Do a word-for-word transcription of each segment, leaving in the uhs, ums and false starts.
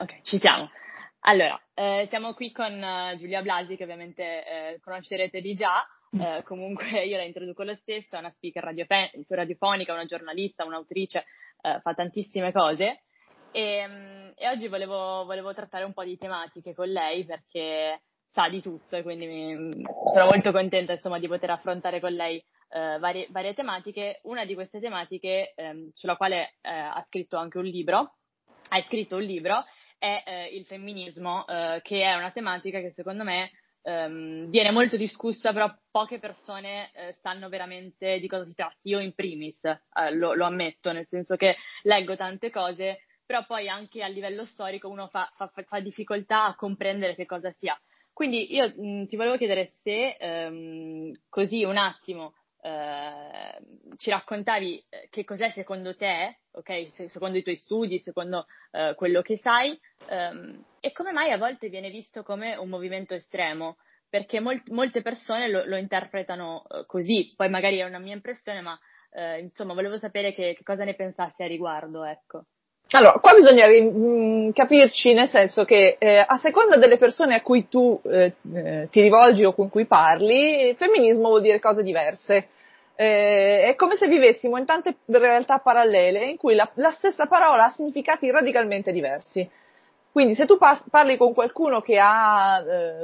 Ok, ci siamo. Allora, eh, siamo qui con uh, Giulia Blasi, che ovviamente eh, conoscerete di già. Eh, comunque io la introduco lo stesso, è una speaker radiofe- radiofonica, una giornalista, un'autrice, eh, fa tantissime cose. E, um, e oggi volevo, volevo trattare un po' di tematiche con lei, perché sa di tutto e quindi mi, sono molto contenta, insomma, di poter affrontare con lei eh, varie, varie tematiche. Una di queste tematiche, ehm, sulla quale eh, ha scritto anche un libro, ha scritto un libro, è eh, il femminismo, eh, che è una tematica che secondo me ehm, viene molto discussa, però poche persone eh, sanno veramente di cosa si tratti. Io in primis, eh, lo, lo ammetto, nel senso che leggo tante cose, però poi anche a livello storico uno fa, fa, fa difficoltà a comprendere che cosa sia. Quindi io mh, ti volevo chiedere se ehm, così un attimo eh, ci raccontavi eh, che cos'è secondo te, ok? Se, secondo i tuoi studi, secondo eh, quello che sai, ehm, e come mai a volte viene visto come un movimento estremo, perché mol- molte persone lo, lo interpretano eh, così, poi magari è una mia impressione, ma eh, insomma volevo sapere che, che cosa ne pensassi a riguardo, ecco. Allora, qua bisogna mh, capirci, nel senso che eh, a seconda delle persone a cui tu eh, eh, ti rivolgi o con cui parli, il femminismo vuol dire cose diverse. Eh, è come se vivessimo in tante realtà parallele in cui la, la stessa parola ha significati radicalmente diversi. Quindi se tu pas- parli con qualcuno che ha eh,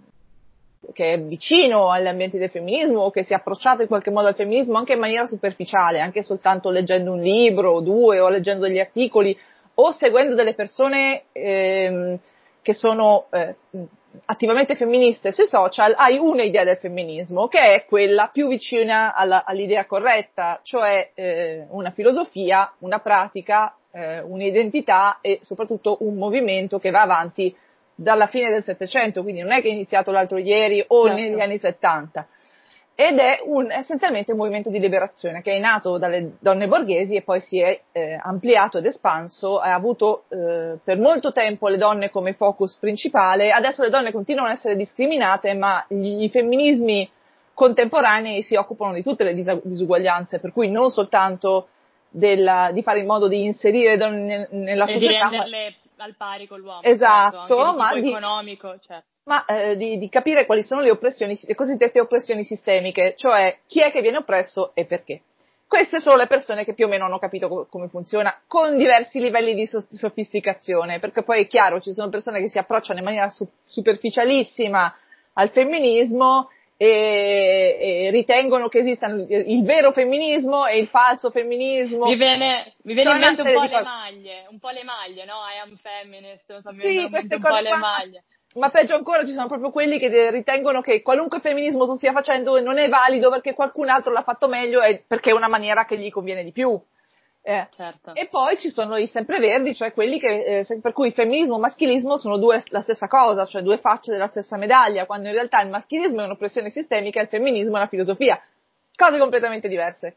che è vicino agli ambienti del femminismo o che si è approcciato in qualche modo al femminismo anche in maniera superficiale, anche soltanto leggendo un libro o due o leggendo degli articoli o seguendo delle persone ehm, che sono eh, attivamente femministe sui social, hai un'idea del femminismo che è quella più vicina alla, all'idea corretta, cioè eh, una filosofia, una pratica, eh, un'identità e soprattutto un movimento che va avanti dalla fine del Settecento, quindi non è che è iniziato l'altro ieri o Certo. negli anni settanta, ed è un, essenzialmente un movimento di liberazione che è nato dalle donne borghesi e poi si è eh, ampliato ed espanso, ha avuto eh, per molto tempo le donne come focus principale, adesso le donne continuano ad essere discriminate, ma gli, i femminismi contemporanei si occupano di tutte le dis- disuguaglianze, per cui non soltanto della, di fare in modo di inserire le donne nella E di società, renderle al pari con l'uomo, certo, anche esatto, di ma tipo di, economico, certo. ma eh, di, di capire quali sono le oppressioni, le cosiddette oppressioni sistemiche, cioè chi è che viene oppresso e perché. Queste sono le persone che più o meno hanno capito co- come funziona, con diversi livelli di so- sofisticazione, perché poi è chiaro, ci sono persone che si approcciano in maniera su- superficialissima al femminismo e, e ritengono che esistano il, il vero femminismo e il falso femminismo. Mi viene, mi viene C'è in una mente un serie po' di le cose. maglie, un po' le maglie, no? I am feminist, non so, mi vengono Sì, in mente queste un po' cose le qua, maglie. ma peggio ancora ci sono proprio quelli che ritengono che qualunque femminismo tu stia facendo non è valido perché qualcun altro l'ha fatto meglio e perché è una maniera che gli conviene di più. Eh. Certo. E poi ci sono i sempreverdi, cioè quelli che, eh, per cui femminismo e maschilismo sono due la stessa cosa, cioè due facce della stessa medaglia, quando in realtà il maschilismo è un'oppressione sistemica e il femminismo è una filosofia. Cose completamente diverse.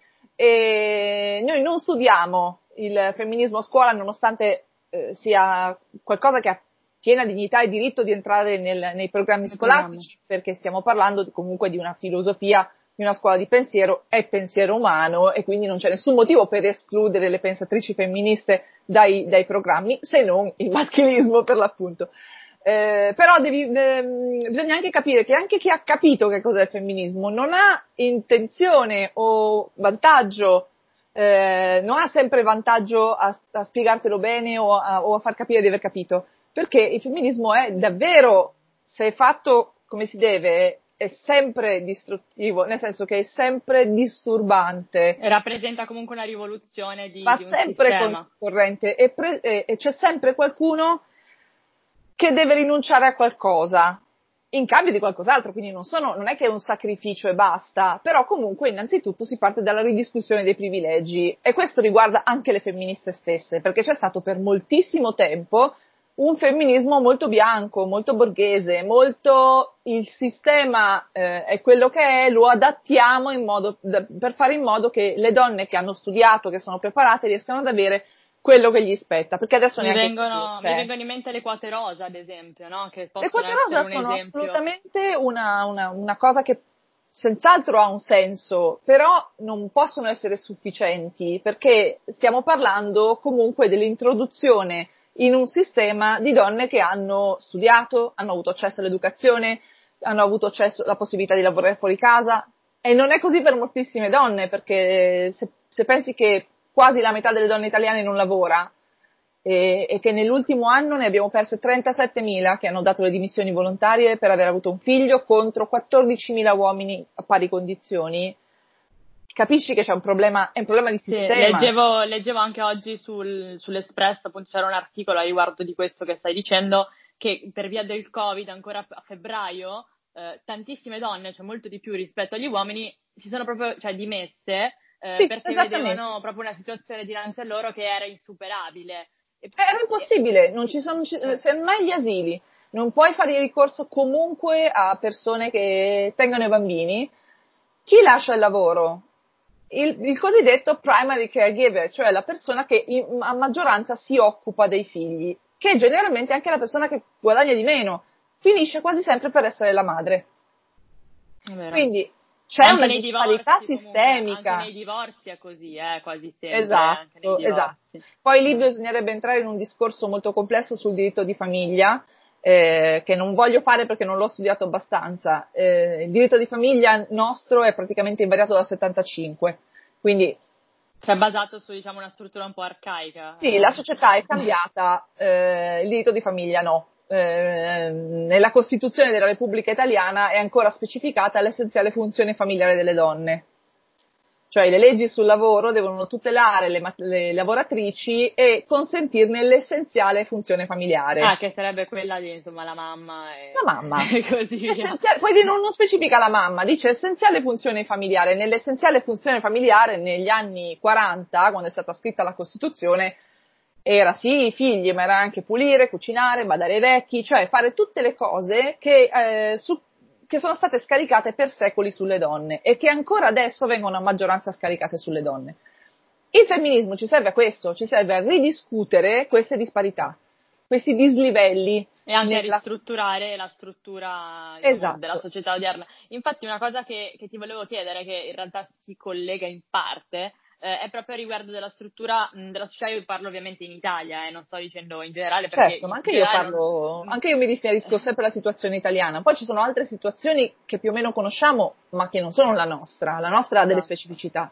E noi non studiamo il femminismo a scuola nonostante eh, sia qualcosa che ha piena dignità e diritto di entrare nel, nei programmi Nel programma. scolastici, perché stiamo parlando comunque di una filosofia, di una scuola di pensiero, è pensiero umano e quindi non c'è nessun motivo per escludere le pensatrici femministe dai, dai programmi, se non il maschilismo per l'appunto. Eh, però devi, eh, bisogna anche capire che anche chi ha capito che cos'è il femminismo non ha intenzione o vantaggio, eh, non ha sempre vantaggio a, a spiegartelo bene o a, o a far capire di aver capito, perché il femminismo è davvero, se è fatto come si deve, è sempre distruttivo, nel senso che è sempre disturbante. E rappresenta comunque una rivoluzione di, Va di un sempre sistema. controcorrente e, pre- e, e c'è sempre qualcuno che deve rinunciare a qualcosa in cambio di qualcos'altro, quindi non, sono, non è che è un sacrificio e basta, però comunque innanzitutto si parte dalla ridiscussione dei privilegi e questo riguarda anche le femministe stesse, perché c'è stato per moltissimo tempo un femminismo molto bianco, molto borghese, molto il sistema eh, è quello che è, lo adattiamo in modo, da, per fare in modo che le donne che hanno studiato, che sono preparate, riescano ad avere quello che gli spetta, perché adesso Mi neanche vengono, mi c'è. vengono in mente le quote rosa, ad esempio, no? Che Le possono quote essere rosa un sono esempio. assolutamente una, una, una cosa che senz'altro ha un senso, però non possono essere sufficienti, perché stiamo parlando comunque dell'introduzione in un sistema di donne che hanno studiato, hanno avuto accesso all'educazione, hanno avuto accesso alla possibilità di lavorare fuori casa, e non è così per moltissime donne, perché se, se pensi che quasi la metà delle donne italiane non lavora, e, e che nell'ultimo anno ne abbiamo perse trentasettemila che hanno dato le dimissioni volontarie per aver avuto un figlio contro quattordicimila uomini a pari condizioni, capisci che c'è un problema, è un problema di sistema. Sì, leggevo, leggevo anche oggi sul, sull'Espresso, appunto c'era un articolo a riguardo di questo che stai dicendo, che per via del Covid ancora a febbraio eh, tantissime donne, cioè molto di più rispetto agli uomini, si sono proprio cioè, dimesse eh, Sì, perché vedevano proprio una situazione dinanzi a loro che era insuperabile. E, era impossibile, non ci sono, eh, semmai gli asili, non puoi fare ricorso comunque a persone che tengono i bambini. Chi lascia il lavoro? Il, il cosiddetto primary caregiver, cioè la persona che in, a maggioranza si occupa dei figli, che generalmente è anche la persona che guadagna di meno, finisce quasi sempre per essere la madre. è vero. Quindi c'è anche una nei disparità divorzi, sistemica. Anche nei divorzi è così, eh, quasi sempre, Esatto, anche nei divorzi. esatto. Poi lì Eh. bisognerebbe entrare in un discorso molto complesso sul diritto di famiglia, eh, che non voglio fare perché non l'ho studiato abbastanza. Eh, il diritto di famiglia nostro è praticamente invariato dal settantacinque, quindi Cioè basato su, diciamo, una struttura un po' arcaica. sì, Eh. la società è cambiata, eh, il diritto di famiglia no. Eh, nella Costituzione della Repubblica Italiana è ancora specificata l'essenziale funzione familiare delle donne. Cioè le leggi sul lavoro devono tutelare le, le lavoratrici e consentirne l'essenziale funzione familiare. Ah, che sarebbe quella di, insomma, la mamma e, La mamma. e così via. Poi non, non specifica la mamma, dice essenziale funzione familiare. Nell'essenziale funzione familiare negli anni quaranta, quando è stata scritta la Costituzione, era sì i figli, ma era anche pulire, cucinare, badare ai vecchi, cioè fare tutte le cose che, eh, su, che sono state scaricate per secoli sulle donne e che ancora adesso vengono a maggioranza scaricate sulle donne. Il femminismo ci serve a questo, ci serve a ridiscutere queste disparità, questi dislivelli. E anche a nella... ristrutturare la struttura, diciamo, Esatto. della società odierna. Infatti una cosa che, che ti volevo chiedere, che in realtà si collega in parte, eh, è proprio a riguardo della struttura mh, della società. Io parlo ovviamente in Italia, eh, non sto dicendo in generale, perché Certo, ma in anche io generale parlo, non... anche io mi riferisco sempre alla situazione italiana. Poi ci sono altre situazioni che più o meno conosciamo, ma che non sono la nostra. La nostra ha delle Esatto. specificità.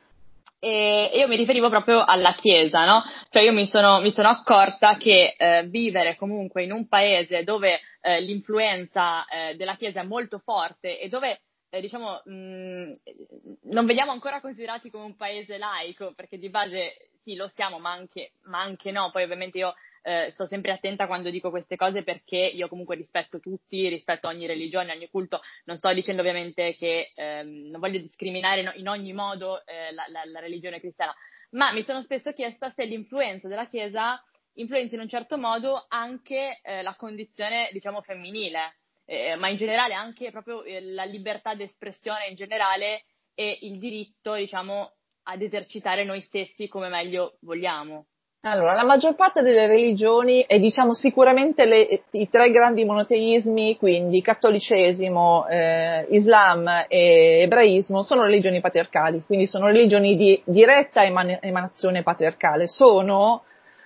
E io mi riferivo proprio alla Chiesa, no? Cioè io mi sono, mi sono accorta che eh, vivere comunque in un paese dove eh, l'influenza eh, della Chiesa è molto forte e dove, eh, diciamo, mh, non veniamo ancora considerati come un paese laico, perché di base sì, lo siamo, ma anche, ma anche no. Poi ovviamente io eh, sto sempre attenta quando dico queste cose, perché io comunque rispetto tutti, rispetto ogni religione, ogni culto. Non sto dicendo ovviamente che ehm, non voglio discriminare no, in ogni modo eh, la, la, la religione cristiana, ma mi sono spesso chiesta se l'influenza della Chiesa influenzi in un certo modo anche eh, la condizione, diciamo, femminile, eh, ma in generale anche proprio eh, la libertà d'espressione in generale e il diritto, diciamo, ad esercitare noi stessi come meglio vogliamo. Allora, la maggior parte delle religioni, e diciamo sicuramente le, i tre grandi monoteismi, quindi cattolicesimo, eh, Islam e ebraismo, sono religioni patriarcali, quindi sono religioni di diretta eman- emanazione patriarcale, sono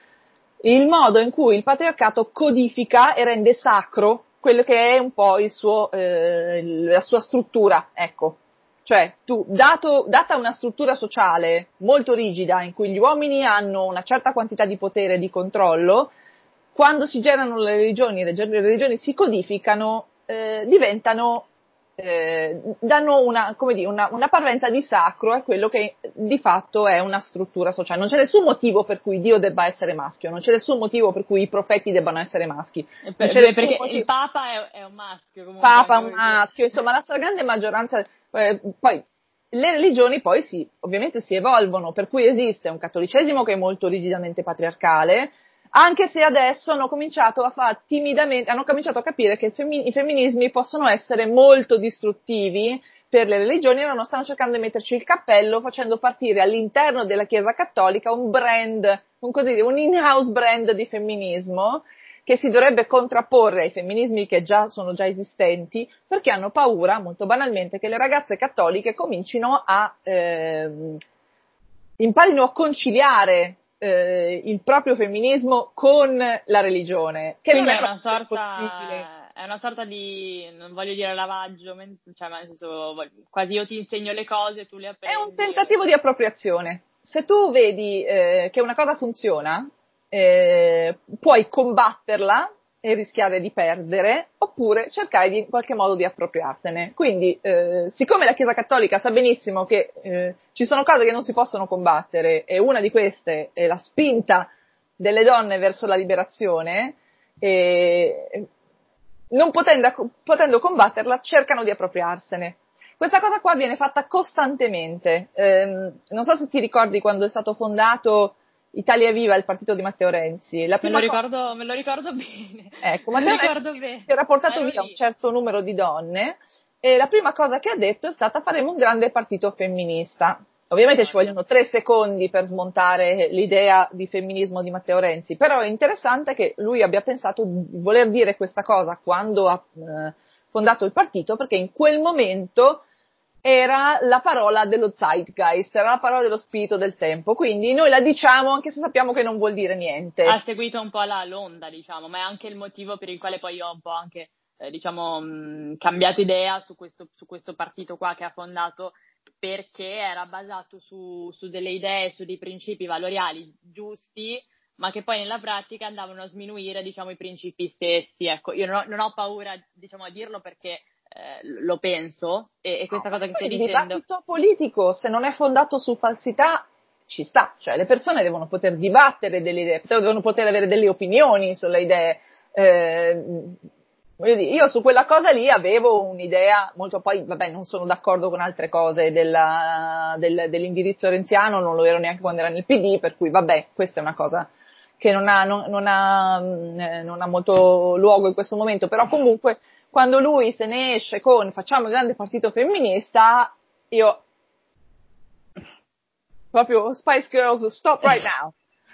il modo in cui il patriarcato codifica e rende sacro quello che è un po' il suo, eh, la sua struttura, ecco. Cioè, tu, dato, data una struttura sociale molto rigida in cui gli uomini hanno una certa quantità di potere e di controllo, quando si generano le religioni, le religioni si codificano, eh, diventano, eh, danno una, come dire, una, una parvenza di sacro a quello che di fatto è una struttura sociale. Non c'è nessun motivo per cui Dio debba essere maschio, non c'è nessun motivo per cui i profeti debbano essere maschi. Per, perché motivo... il Papa è, è un maschio comunque. Papa un maschio, insomma la stragrande maggioranza, eh, poi le religioni poi si, ovviamente si evolvono, per cui esiste un cattolicesimo che è molto rigidamente patriarcale, anche se adesso hanno cominciato a fare timidamente, hanno cominciato a capire che i, femmin- i femminismi possono essere molto distruttivi per le religioni e non stanno cercando di metterci il cappello facendo partire all'interno della Chiesa Cattolica un brand, un così, un in-house brand di femminismo che si dovrebbe contrapporre ai femminismi che già sono già esistenti, perché hanno paura, molto banalmente, che le ragazze cattoliche comincino a, eh, imparino a conciliare eh, il proprio femminismo con la religione, che Quindi non è, è una possibile. sorta, è una sorta di, non voglio dire lavaggio, men- cioè, ma nel senso, voglio- quasi io ti insegno le cose, tu le È un apprendi. tentativo di appropriazione. Se tu vedi eh, che una cosa funziona, eh, puoi combatterla e rischiare di perdere, oppure cercare di, in qualche modo di appropriartene. Quindi, eh, siccome la Chiesa Cattolica sa benissimo che eh, ci sono cose che non si possono combattere, e una di queste è la spinta delle donne verso la liberazione, eh, non potendo, potendo combatterla, cercano di appropriarsene. Questa cosa qua viene fatta costantemente. Eh, non so se ti ricordi quando è stato fondato Italia Viva, il partito di Matteo Renzi. La Me lo prima cosa, ricordo, me lo ricordo bene, ecco, me lo Matteo ricordo Renzi bene, si era ma portato ero via un lì. certo numero di donne e la prima cosa che ha detto è stata: faremo un grande partito femminista. Ovviamente ci vogliono tre secondi per smontare l'idea di femminismo di Matteo Renzi, però è interessante che lui abbia pensato di voler dire questa cosa quando ha eh, fondato il partito, perché in quel momento era la parola dello zeitgeist, era la parola dello spirito del tempo, quindi noi la diciamo anche se sappiamo che non vuol dire niente. Ha seguito un po' la, l'onda, diciamo, ma è anche il motivo per il quale poi io ho un po' anche, eh, diciamo, mh, cambiato idea su questo, su questo partito qua che ha fondato, perché era basato su, su delle idee, su dei principi valoriali giusti, ma che poi nella pratica andavano a sminuire, diciamo, i principi stessi. Ecco, io non ho, non ho paura, diciamo, a dirlo perché eh, lo penso, e, e questa No, cosa che stai il dicendo. dibattito politico, se non è fondato su falsità, ci sta, cioè le persone devono poter dibattere delle idee, devono poter avere delle opinioni sulle idee. Eh, voglio dire, io su quella cosa lì avevo un'idea molto, poi vabbè, non sono d'accordo con altre cose della, del, dell'indirizzo renziano, non lo ero neanche quando era nel P D, per cui vabbè, questa è una cosa che non ha, non, non ha, eh, non ha molto luogo in questo momento, però comunque quando lui se ne esce con facciamo il grande partito femminista, io proprio Spice Girls, stop right now.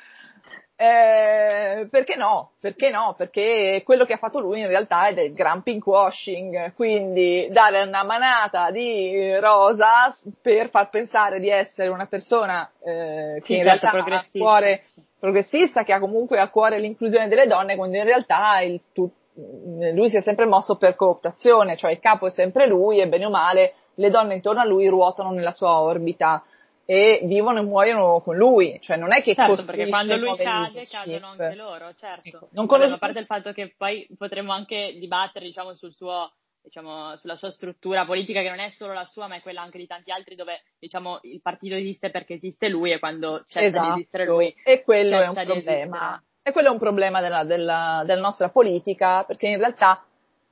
Eh, perché no? Perché no? Perché quello che ha fatto lui in realtà è del gran pinkwashing, quindi dare una manata di rosa per far pensare di essere una persona eh, che Sì, in certo, realtà ha a progressista. cuore progressista, che ha comunque a cuore l'inclusione delle donne, quando in realtà il, tu, lui si è sempre mosso per cooptazione, cioè il capo è sempre lui e bene o male le donne intorno a lui ruotano nella sua orbita e vivono e muoiono con lui, cioè non è che Certo, perché quando costruisce lui nuove cade, cadono anche leadership. loro, certo. Ecco, non Vabbè, ma a conosco. parte il fatto che poi potremmo anche dibattere, diciamo, sul suo, diciamo, sulla sua struttura politica, che non è solo la sua, ma è quella anche di tanti altri, dove, diciamo, il partito esiste perché esiste lui e quando cessa di esistere lui, Esatto, e quello è un cessa di problema. esistere. E quello è un problema della, della, della nostra politica, perché in realtà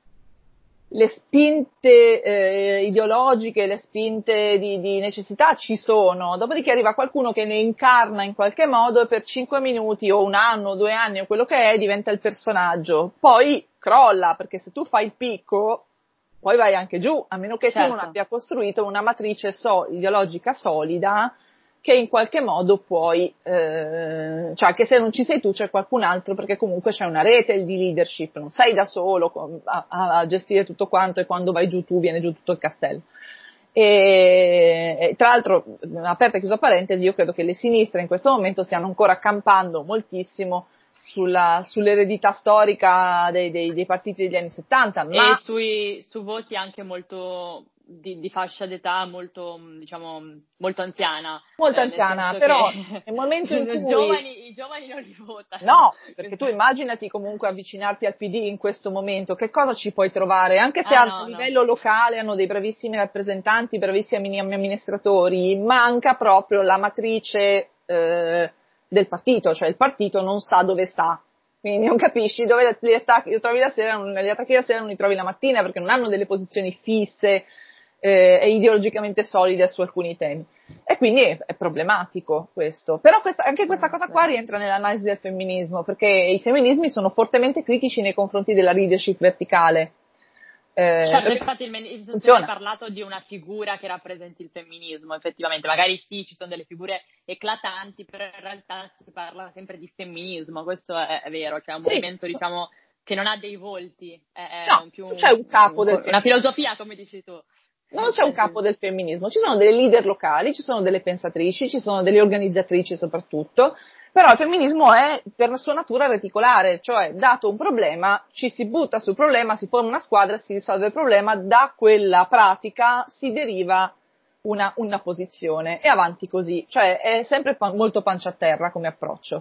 le spinte eh, ideologiche, le spinte di, di necessità ci sono, dopodiché arriva qualcuno che ne incarna in qualche modo e per cinque minuti o un anno, o due anni o quello che è diventa il personaggio, poi crolla, perché se tu fai il picco poi vai anche giù, a meno che tu non Certo. abbia costruito una matrice so- ideologica solida che in qualche modo puoi, eh, cioè che se non ci sei tu c'è qualcun altro, perché comunque c'è una rete di leadership, non sei da solo a, a gestire tutto quanto e quando vai giù tu viene giù tutto il castello. E, e tra l'altro, aperta e chiusa parentesi, io credo che le sinistre in questo momento stiano ancora campando moltissimo sulla, sull'eredità storica dei, dei, dei partiti degli anni settanta, E ma sui, su voti anche molto di, di fascia d'età molto, diciamo, molto anziana, molto eh, nel anziana, senso che però nel momento in i cui giovani, i giovani non li votano. no, perché tu immaginati comunque avvicinarti al P D in questo momento, che cosa ci puoi trovare? Anche se Ah a no, no. livello locale hanno dei bravissimi rappresentanti, bravissimi amministratori, manca proprio la matrice eh, del partito, cioè il partito non sa dove sta. Quindi non capisci dove li attacchi, li trovi la sera, non, li attacchi la sera non li trovi la mattina perché non hanno delle posizioni fisse eh, e ideologicamente solide su alcuni temi. E quindi è, è problematico questo. Però questa, anche questa No, cosa qua vero. rientra nell'analisi del femminismo, perché i femminismi sono fortemente critici nei confronti della leadership verticale. Eh, Certo, infatti il men- non si è mai funziona. parlato di una figura che rappresenti il femminismo, effettivamente. Magari sì, ci sono delle figure eclatanti, però in realtà si parla sempre di femminismo, questo è, è vero, cioè è un Sì, movimento, diciamo, che non ha dei volti, è, è no, un più c'è un- un capo del un- una femminismo. filosofia, come dici tu. Non c'è un capo del femminismo, ci sono delle leader locali, ci sono delle pensatrici, ci sono delle organizzatrici soprattutto, però il femminismo è per sua natura reticolare, cioè dato un problema ci si butta sul problema, si forma una squadra, si risolve il problema, da quella pratica si deriva una, una posizione e avanti così, cioè è sempre pa- molto pancia a terra come approccio.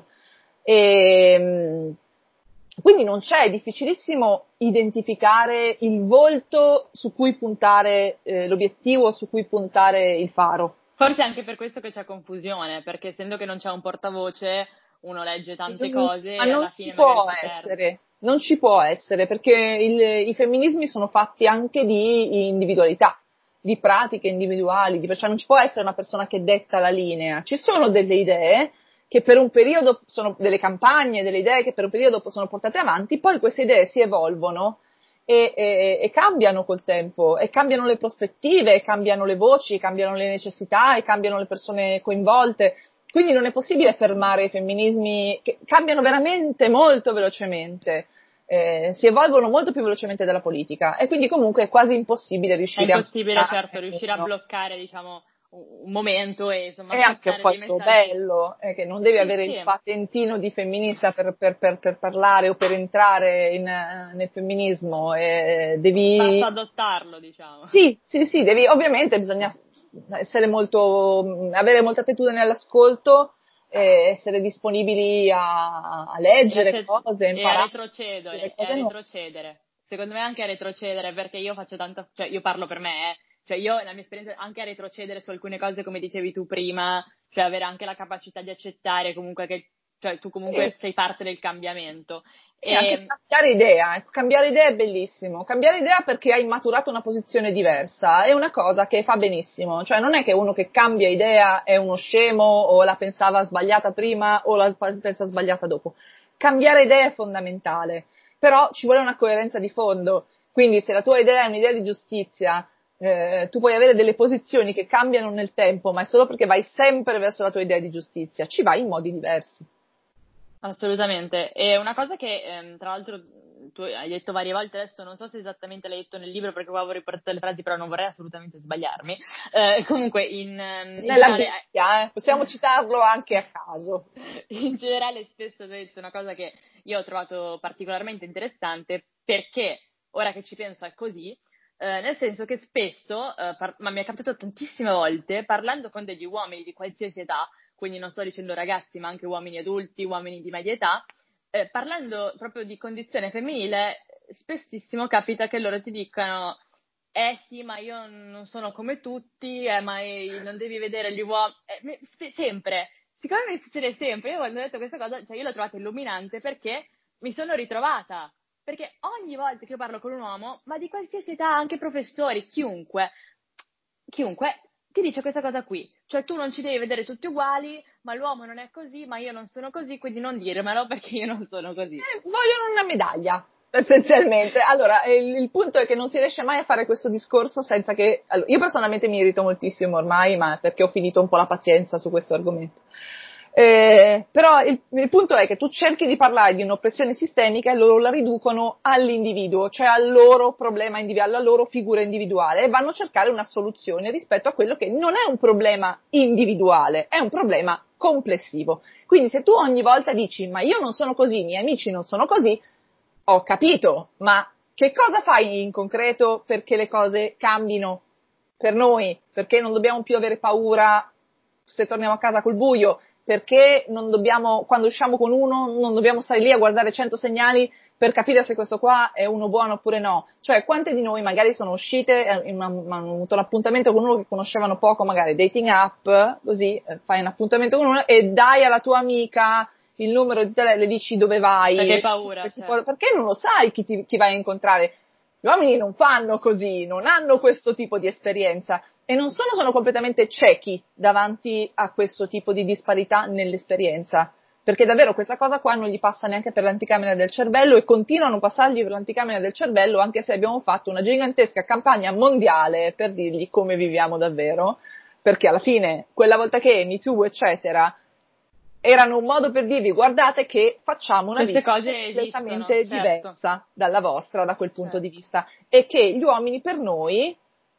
E, quindi non c'è, è difficilissimo identificare il volto su cui puntare eh, l'obiettivo, su cui puntare il faro. Forse anche per questo che c'è confusione, perché essendo che non c'è un portavoce, uno legge tante cose Ma e non alla ci fine magari può si perde. essere, non ci può essere, perché il, i femminismi sono fatti anche di individualità, di pratiche individuali, di, cioè non ci può essere una persona che detta la linea. Ci sono delle idee che per un periodo sono delle campagne, delle idee che per un periodo sono portate avanti, poi queste idee si evolvono e, e, e cambiano col tempo, e cambiano le prospettive, e cambiano le voci, cambiano le necessità, e cambiano le persone coinvolte. Quindi non è possibile fermare i femminismi che cambiano veramente molto velocemente, eh, si evolvono molto più velocemente della politica e quindi comunque è quasi impossibile È riuscire a impossibile, certo, bloccare riuscire a uno. bloccare, diciamo, un un momento e insomma E anche un scattare po' dei il suo messaggi. bello, è che non devi Sì, avere il sì, patentino di femminista per, per, per, per parlare o per entrare in, eh, nel femminismo, eh, basta devi. adottarlo, diciamo. Sì, sì, sì, devi, ovviamente bisogna essere molto, mh, avere molta attitudine all'ascolto, eh, essere disponibili a, a E a, leggere ce- cose, a e a imparare, a dire retrocedere, e a cose nuove. retrocedere. Secondo me anche a retrocedere, perché io faccio tanta, cioè io parlo per me, eh. Cioè io la mia esperienza anche a retrocedere su alcune cose come dicevi tu prima, cioè avere anche la capacità di accettare comunque che, cioè tu Sì. comunque sei parte del cambiamento. E anche E cambiare idea, ecco, cambiare idea è bellissimo, cambiare idea perché hai maturato una posizione diversa, è una cosa che fa benissimo, cioè non è che uno che cambia idea è uno scemo o la pensava sbagliata prima o la pensa sbagliata dopo. Cambiare idea è fondamentale, però ci vuole una coerenza di fondo, quindi se la tua idea è un'idea di giustizia, eh, tu puoi avere delle posizioni che cambiano nel tempo, ma è solo perché vai sempre verso la tua idea di giustizia, ci vai in modi diversi. assolutamente. E una cosa che, ehm, tra l'altro, tu hai detto varie volte adesso, non so se esattamente l'hai detto nel libro perché qua avevo riportato le frasi, però non vorrei assolutamente sbagliarmi. Eh, comunque, in, ehm, in Nella generale, Bibbia, eh, possiamo citarlo anche a caso. in generale spesso ho detto una cosa che io ho trovato particolarmente interessante perché, ora che ci penso è così, eh, nel senso che spesso, eh, par- ma mi è capitato tantissime volte, parlando con degli uomini di qualsiasi età, quindi non sto dicendo ragazzi, ma anche uomini adulti, uomini di media età, eh, parlando proprio di condizione femminile, spessissimo capita che loro ti dicano eh sì, ma io non sono come tutti, eh, ma eh, non devi vedere gli uomini, eh, se- sempre, siccome mi succede sempre, io quando ho detto questa cosa, cioè io l'ho trovata illuminante perché mi sono ritrovata, perché ogni volta che io parlo con un uomo, ma di qualsiasi età, anche professori, chiunque, chiunque ti dice questa cosa qui, cioè tu non ci devi vedere tutti uguali, ma l'uomo non è così, ma io non sono così, quindi non dirmelo perché io non sono così. Eh, vogliono una medaglia, essenzialmente. Allora, eh, il, il punto è che non si riesce mai a fare questo discorso senza che. Allora, io personalmente mi irrito moltissimo ormai, ma perché ho finito un po' la pazienza su questo argomento. Eh, però il, il punto è che tu cerchi di parlare di un'oppressione sistemica e loro la riducono all'individuo, cioè al loro problema individuale, alla loro figura individuale e vanno a cercare una soluzione rispetto a quello che non è un problema individuale, è un problema complessivo. Quindi se tu ogni volta dici ma io non sono così, i miei amici non sono così, ho capito, ma che cosa fai in concreto perché le cose cambino per noi? Perché non dobbiamo più avere paura se torniamo a casa col buio? Perché non dobbiamo, quando usciamo con uno, non dobbiamo stare lì a guardare cento segnali per capire se questo qua è uno buono oppure no? Cioè, quante di noi magari sono uscite, eh, hanno avuto un appuntamento con uno che conoscevano poco, magari dating app, così, eh, fai un appuntamento con uno e dai alla tua amica il numero di telefono, le dici dove Perché hai vai, paura, certo. perché non lo sai chi, ti, chi vai a incontrare. Gli uomini non fanno così, non hanno questo tipo di esperienza e non solo sono completamente ciechi davanti a questo tipo di disparità nell'esperienza, perché davvero questa cosa qua non gli passa neanche per l'anticamera del cervello e continuano a passargli per l'anticamera del cervello anche se abbiamo fatto una gigantesca campagna mondiale per dirgli come viviamo davvero, perché alla fine, quella volta che Me Too, eccetera, erano un modo per dirvi guardate che facciamo una Queste vita cose esistono, completamente certo, diversa dalla vostra da quel punto di certo. vista e che gli uomini per noi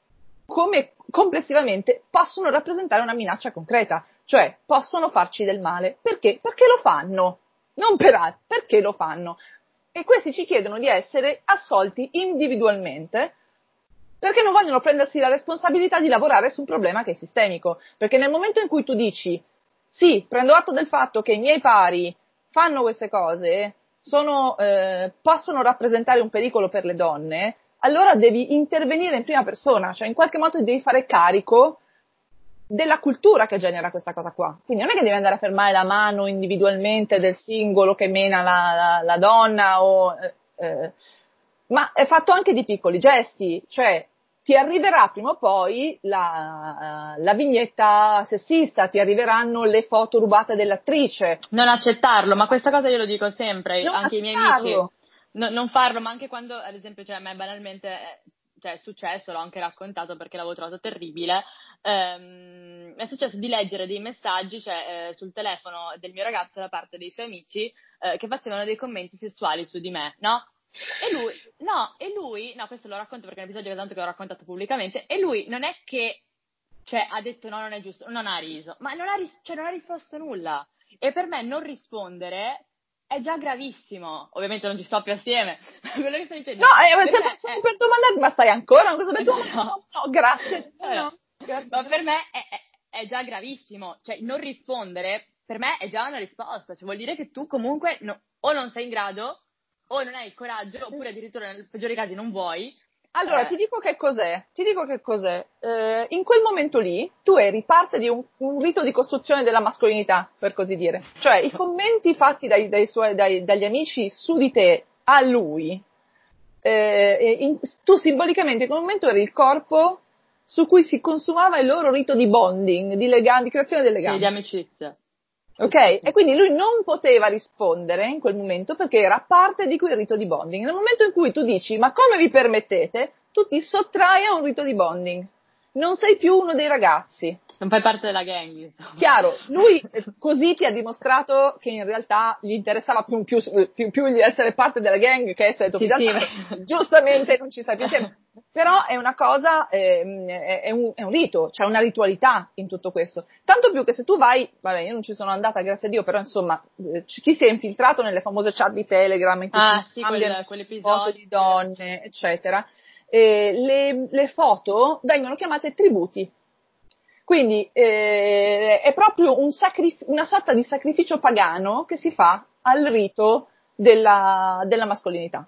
come complessivamente possono rappresentare una minaccia concreta, cioè possono farci del male. Perché? Perché lo fanno, non per altro, perché lo fanno. E questi ci chiedono di essere assolti individualmente, perché non vogliono prendersi la responsabilità di lavorare su un problema che è sistemico. Perché nel momento in cui tu dici, sì, prendo atto del fatto che i miei pari fanno queste cose, sono, eh, possono rappresentare un pericolo per le donne, allora devi intervenire in prima persona, cioè in qualche modo devi fare carico della cultura che genera questa cosa qua. Quindi non è che devi andare a fermare la mano individualmente del singolo che mena la, la, la donna, o, eh, eh, ma è fatto anche di piccoli gesti, cioè ti arriverà prima o poi la, la vignetta sessista, ti arriveranno le foto rubate dell'attrice. Non accettarlo, ma questa cosa io lo dico sempre, Non anche ai miei amici, accettarlo. no, non farlo, ma anche quando, ad esempio, cioè, a me banalmente è, cioè, è successo, l'ho anche raccontato perché l'avevo trovato terribile, ehm, è successo di leggere dei messaggi, cioè, eh, sul telefono del mio ragazzo da parte dei suoi amici, eh, che facevano dei commenti sessuali su di me, no? E lui, no, e lui, no, questo lo racconto perché è un episodio che tanto che ho raccontato pubblicamente, e lui non è che, cioè, ha detto no, non è giusto, non ha riso, ma non ha, ris- cioè, non ha risposto nulla. E per me non rispondere è già gravissimo. Ovviamente non ci sto più assieme, quello che sto dicendo. No, eh, Per se me posso è... per domandare, ma stai ancora? Non cosa per tu? No, No, no, grazie. no, no. No, grazie. Ma per me è, è, è già gravissimo. Cioè, non rispondere per me è già una risposta. Cioè, vuol dire che tu comunque no, o non sei in grado, o non hai il coraggio, oppure addirittura nel peggiore dei casi non vuoi. Allora, Eh, ti dico che cos'è, ti dico che cos'è. Eh, in quel momento lì, tu eri parte di un, un rito di costruzione della mascolinità, per così dire. Cioè, i commenti fatti dai, dai suoi, dai, dagli amici su di te a lui, eh, in, tu simbolicamente in quel momento eri il corpo su cui si consumava il loro rito di bonding, di, legami, di creazione del sì, di legame. amicizia. Ok? Sì, sì, E sì. quindi lui non poteva rispondere in quel momento perché era parte di quel rito di bonding. Nel momento in cui tu dici, ma come vi permettete? Tu ti sottrai a un rito di bonding. Non sei più uno dei ragazzi. Non fai parte della gang, insomma. Chiaro, lui eh, così ti ha dimostrato che in realtà gli interessava più, più, più, più di essere parte della gang che essere tuo Sì, sì. fidanzato. Giustamente non ci stai più insieme. Però è una cosa, ehm, è, è, un, è un rito, c'è una ritualità in tutto questo. Tanto più che se tu vai, vabbè, io non ci sono andata, grazie a Dio, però insomma, eh, chi si è infiltrato nelle famose chat di Telegram in cui si Ah, sì, scambiano quel, foto quell'episodio. di donne, eccetera, eh, le, le foto vengono chiamate tributi. Quindi eh, è proprio un sacrif- una sorta di sacrificio pagano che si fa al rito della, della mascolinità.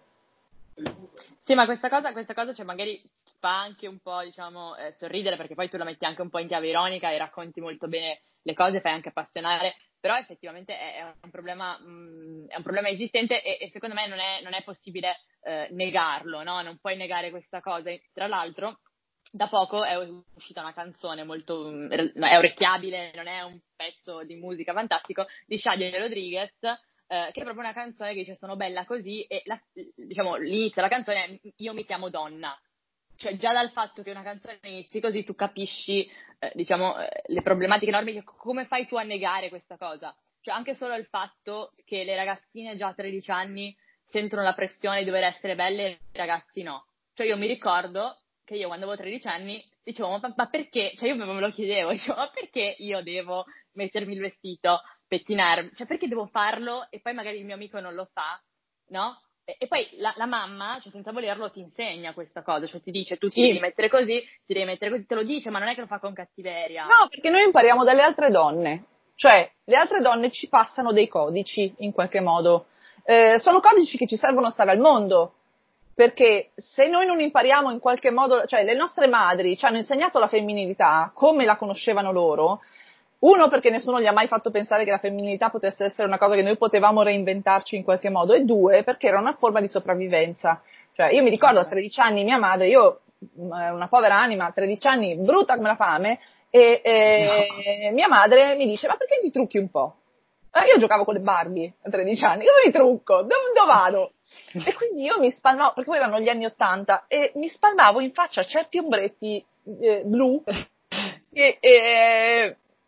Sì, ma questa cosa, questa cosa cioè, magari fa anche un po', diciamo, eh, sorridere, perché poi tu la metti anche un po' in chiave ironica e racconti molto bene le cose, fai anche appassionare, però effettivamente è, è un problema, mh, è un problema esistente e, e secondo me non è, non è possibile eh, negarlo, no? Non puoi negare questa cosa. E, tra l'altro, da poco è uscita una canzone molto, è orecchiabile, non è un pezzo di musica fantastico, di Shaggy Rodriguez, eh, che è proprio una canzone che dice sono bella così, e la, diciamo l'inizio della canzone è io mi chiamo donna. Cioè già dal fatto che una canzone inizi così tu capisci, eh, diciamo, eh, le problematiche enormi, che come fai tu a negare questa cosa? Cioè anche solo il fatto che le ragazzine già a tredici anni sentono la pressione di dover essere belle e i ragazzi no. Cioè io mi ricordo che io quando avevo tredici anni dicevo ma, ma perché? Cioè io me lo chiedevo, dicevo ma perché io devo mettermi il vestito, pettinarmi? Cioè perché devo farlo e poi magari il mio amico non lo fa, no? E, e poi la, la mamma, cioè senza volerlo, ti insegna questa cosa, cioè ti dice tu ti devi Sì. mettere così, ti devi mettere così, te lo dice, ma non è che lo fa con cattiveria. No, perché noi impariamo dalle altre donne, cioè le altre donne ci passano dei codici in qualche modo, eh, sono codici che ci servono a stare al mondo, perché se noi non impariamo in qualche modo, cioè le nostre madri ci hanno insegnato la femminilità come la conoscevano loro, uno perché nessuno gli ha mai fatto pensare che la femminilità potesse essere una cosa che noi potevamo reinventarci in qualche modo, e due perché era una forma di sopravvivenza. Cioè io mi ricordo a tredici anni mia madre, io una povera anima, a tredici anni, brutta come la fame, e, e No. mia madre mi dice ma perché ti trucchi un po'? Eh, io giocavo con le Barbie a tredici anni, cosa mi trucco? Dove, dove vado? E quindi io mi spalmavo, perché poi erano gli anni ottanta, e mi spalmavo in faccia certi ombretti eh, blu, e, e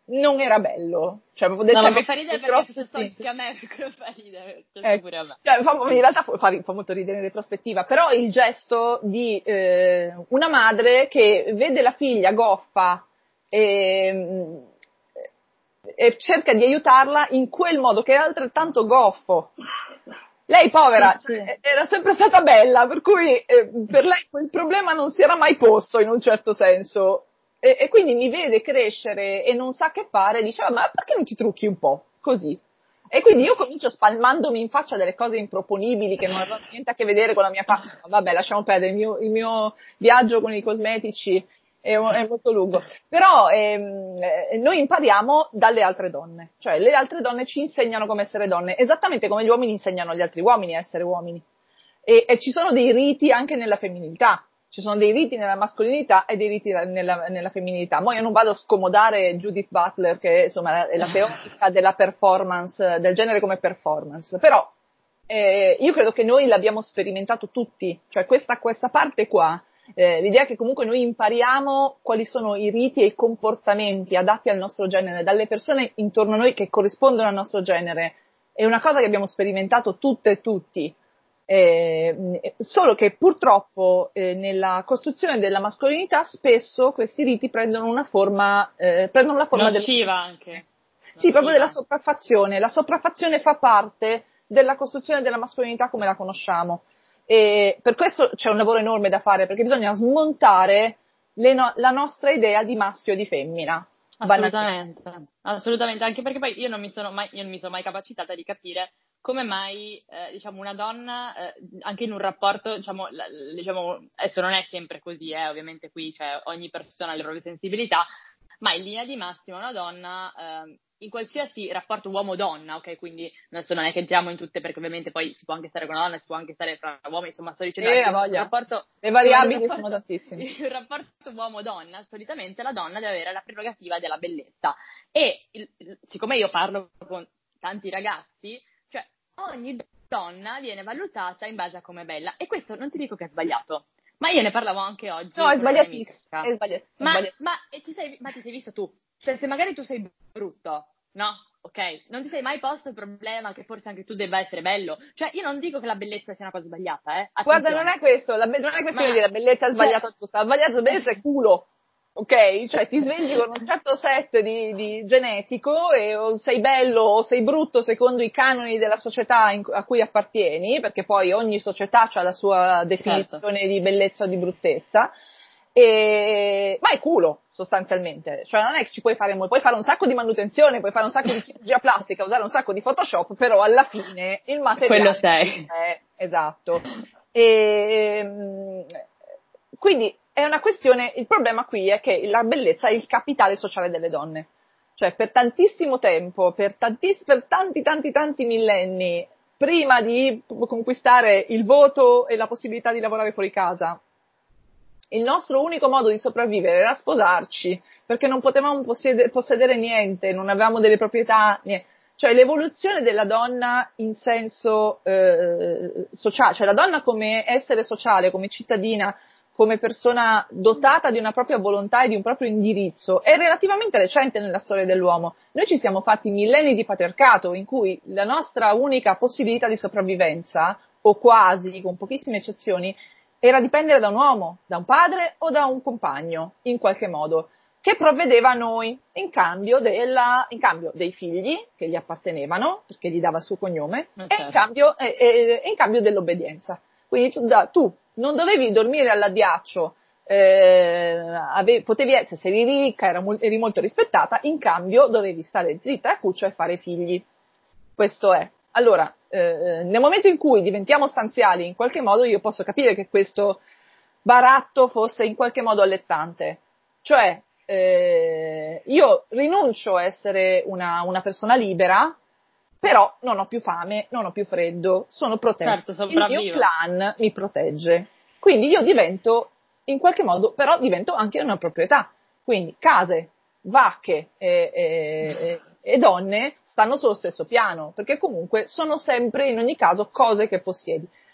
non era bello, cioè proprio No, ma detto mi fa ridere perché se sto anche a me, perché fa ridere, eh, pure a me. cioè, fa, in realtà fa, fa molto ridere in retrospettiva, però il gesto di eh, una madre che vede la figlia goffa e, e cerca di aiutarla in quel modo che è altrettanto goffo. Lei, povera, Sì, sì. cioè, era sempre stata bella, per cui eh, per lei quel problema non si era mai posto in un certo senso. E, e quindi mi vede crescere e non sa che fare, e dice, ma perché non ti trucchi un po'? Così. E quindi io comincio spalmandomi in faccia delle cose improponibili che non avevano niente a che vedere con la mia faccia. Vabbè, lasciamo perdere, il mio, il mio viaggio con i cosmetici è, è molto lungo. Però ehm, eh, noi impariamo dalle altre donne, cioè le altre donne ci insegnano come essere donne, esattamente come gli uomini insegnano agli altri uomini a essere uomini. E, e ci sono dei riti anche nella femminilità. Ci sono dei riti nella mascolinità e dei riti nella, nella femminilità. Ma io non vado a scomodare Judith Butler, che insomma è la teorica della performance, del genere come performance. Però eh, io credo che noi l'abbiamo sperimentato tutti, cioè questa, questa parte qua, eh, l'idea che comunque noi impariamo quali sono i riti e i comportamenti adatti al nostro genere, dalle persone intorno a noi che corrispondono al nostro genere, è una cosa che abbiamo sperimentato tutte e tutti. Eh, solo che purtroppo eh, nella costruzione della mascolinità spesso questi riti prendono una forma eh, prendono la forma nociva del... anche sì, nociva. proprio della sopraffazione. La sopraffazione fa parte della costruzione della mascolinità come la conosciamo, e per questo c'è un lavoro enorme da fare, perché bisogna smontare le no- la nostra idea di maschio e di femmina. Assolutamente, assolutamente, anche perché poi io non mi sono mai, io non mi sono mai capacitata di capire come mai, eh, diciamo, una donna, eh, anche in un rapporto, diciamo, la, diciamo, adesso non è sempre così, eh, ovviamente qui cioè, ogni persona ha le proprie sensibilità, ma in linea di massima una donna, eh, in qualsiasi rapporto uomo-donna, ok, quindi adesso non è che entriamo in tutte, perché ovviamente poi si può anche stare con una donna, si può anche stare fra uomini, insomma, sto dicendo E anche a un voglia. rapporto, Le in un variabili rapporto, sono tantissime. in un rapporto uomo-donna, solitamente la donna deve avere la prerogativa della bellezza. E il, il, siccome io parlo con tanti ragazzi, cioè ogni donna viene valutata in base a come è bella. E questo non ti dico che è sbagliato, ma io ne parlavo anche oggi No, è con una mia amica. sbagliatissimo. È sbagliato. È Ma, sbagliato. ma, e ti sei, ma ti sei visto tu? Cioè, se magari tu sei brutto, no? Ok? Non ti sei mai posto il problema che forse anche tu debba essere bello? Cioè, io non dico che la bellezza sia una cosa sbagliata, eh? Guarda, non Attenzione. è questo, la be- non è questione Ma, di dire la bellezza è cioè, sbagliata o giusta, la bellezza, la bellezza è culo, ok? Cioè ti svegli con un certo set di, di genetico e o sei bello o sei brutto secondo i canoni della società in- a cui appartieni, perché poi ogni società ha la sua certo. definizione di bellezza o di bruttezza. E... ma è culo sostanzialmente, cioè non è che ci puoi fare, puoi fare un sacco di manutenzione, puoi fare un sacco di chirurgia plastica, usare un sacco di Photoshop, però alla fine il Quello materiale sei. è esatto. E, quindi è una questione, il problema qui è che la bellezza è il capitale sociale delle donne, cioè per tantissimo tempo, per, tantiss- per tanti tanti tanti millenni, prima di conquistare il voto e la possibilità di lavorare fuori casa, il nostro unico modo di sopravvivere era sposarci, perché non potevamo possedere, possedere niente, non avevamo delle proprietà, niente. Cioè l'evoluzione della donna in senso eh, sociale, cioè la donna come essere sociale, come cittadina, come persona dotata di una propria volontà e di un proprio indirizzo, è relativamente recente nella storia dell'uomo. Noi ci siamo fatti millenni di patriarcato in cui la nostra unica possibilità di sopravvivenza, o quasi, con pochissime eccezioni, era dipendere da un uomo, da un padre o da un compagno, in qualche modo, che provvedeva a noi in cambio, della, in cambio dei figli che gli appartenevano, perché gli dava il suo cognome, Ma e in certo. cambio, e, e, e in cambio dell'obbedienza. Quindi tu, da, tu non dovevi dormire all'addiaccio, eh, ave, potevi essere, se eri ricca, era, eri molto rispettata, in cambio dovevi stare zitta e a cuccia e fare figli. Questo è. Allora, eh, nel momento in cui diventiamo stanziali, in qualche modo io posso capire che questo baratto fosse in qualche modo allettante. Cioè, eh, io rinuncio a essere una, una persona libera, però non ho più fame, non ho più freddo, sono protetta. Certo, Il mio sopravvivo. clan mi protegge. Quindi io divento, in qualche modo, però divento anche una proprietà. Quindi case, vacche e, e, e donne stanno sullo stesso piano, perché comunque sono sempre in ogni caso cose che possiedi.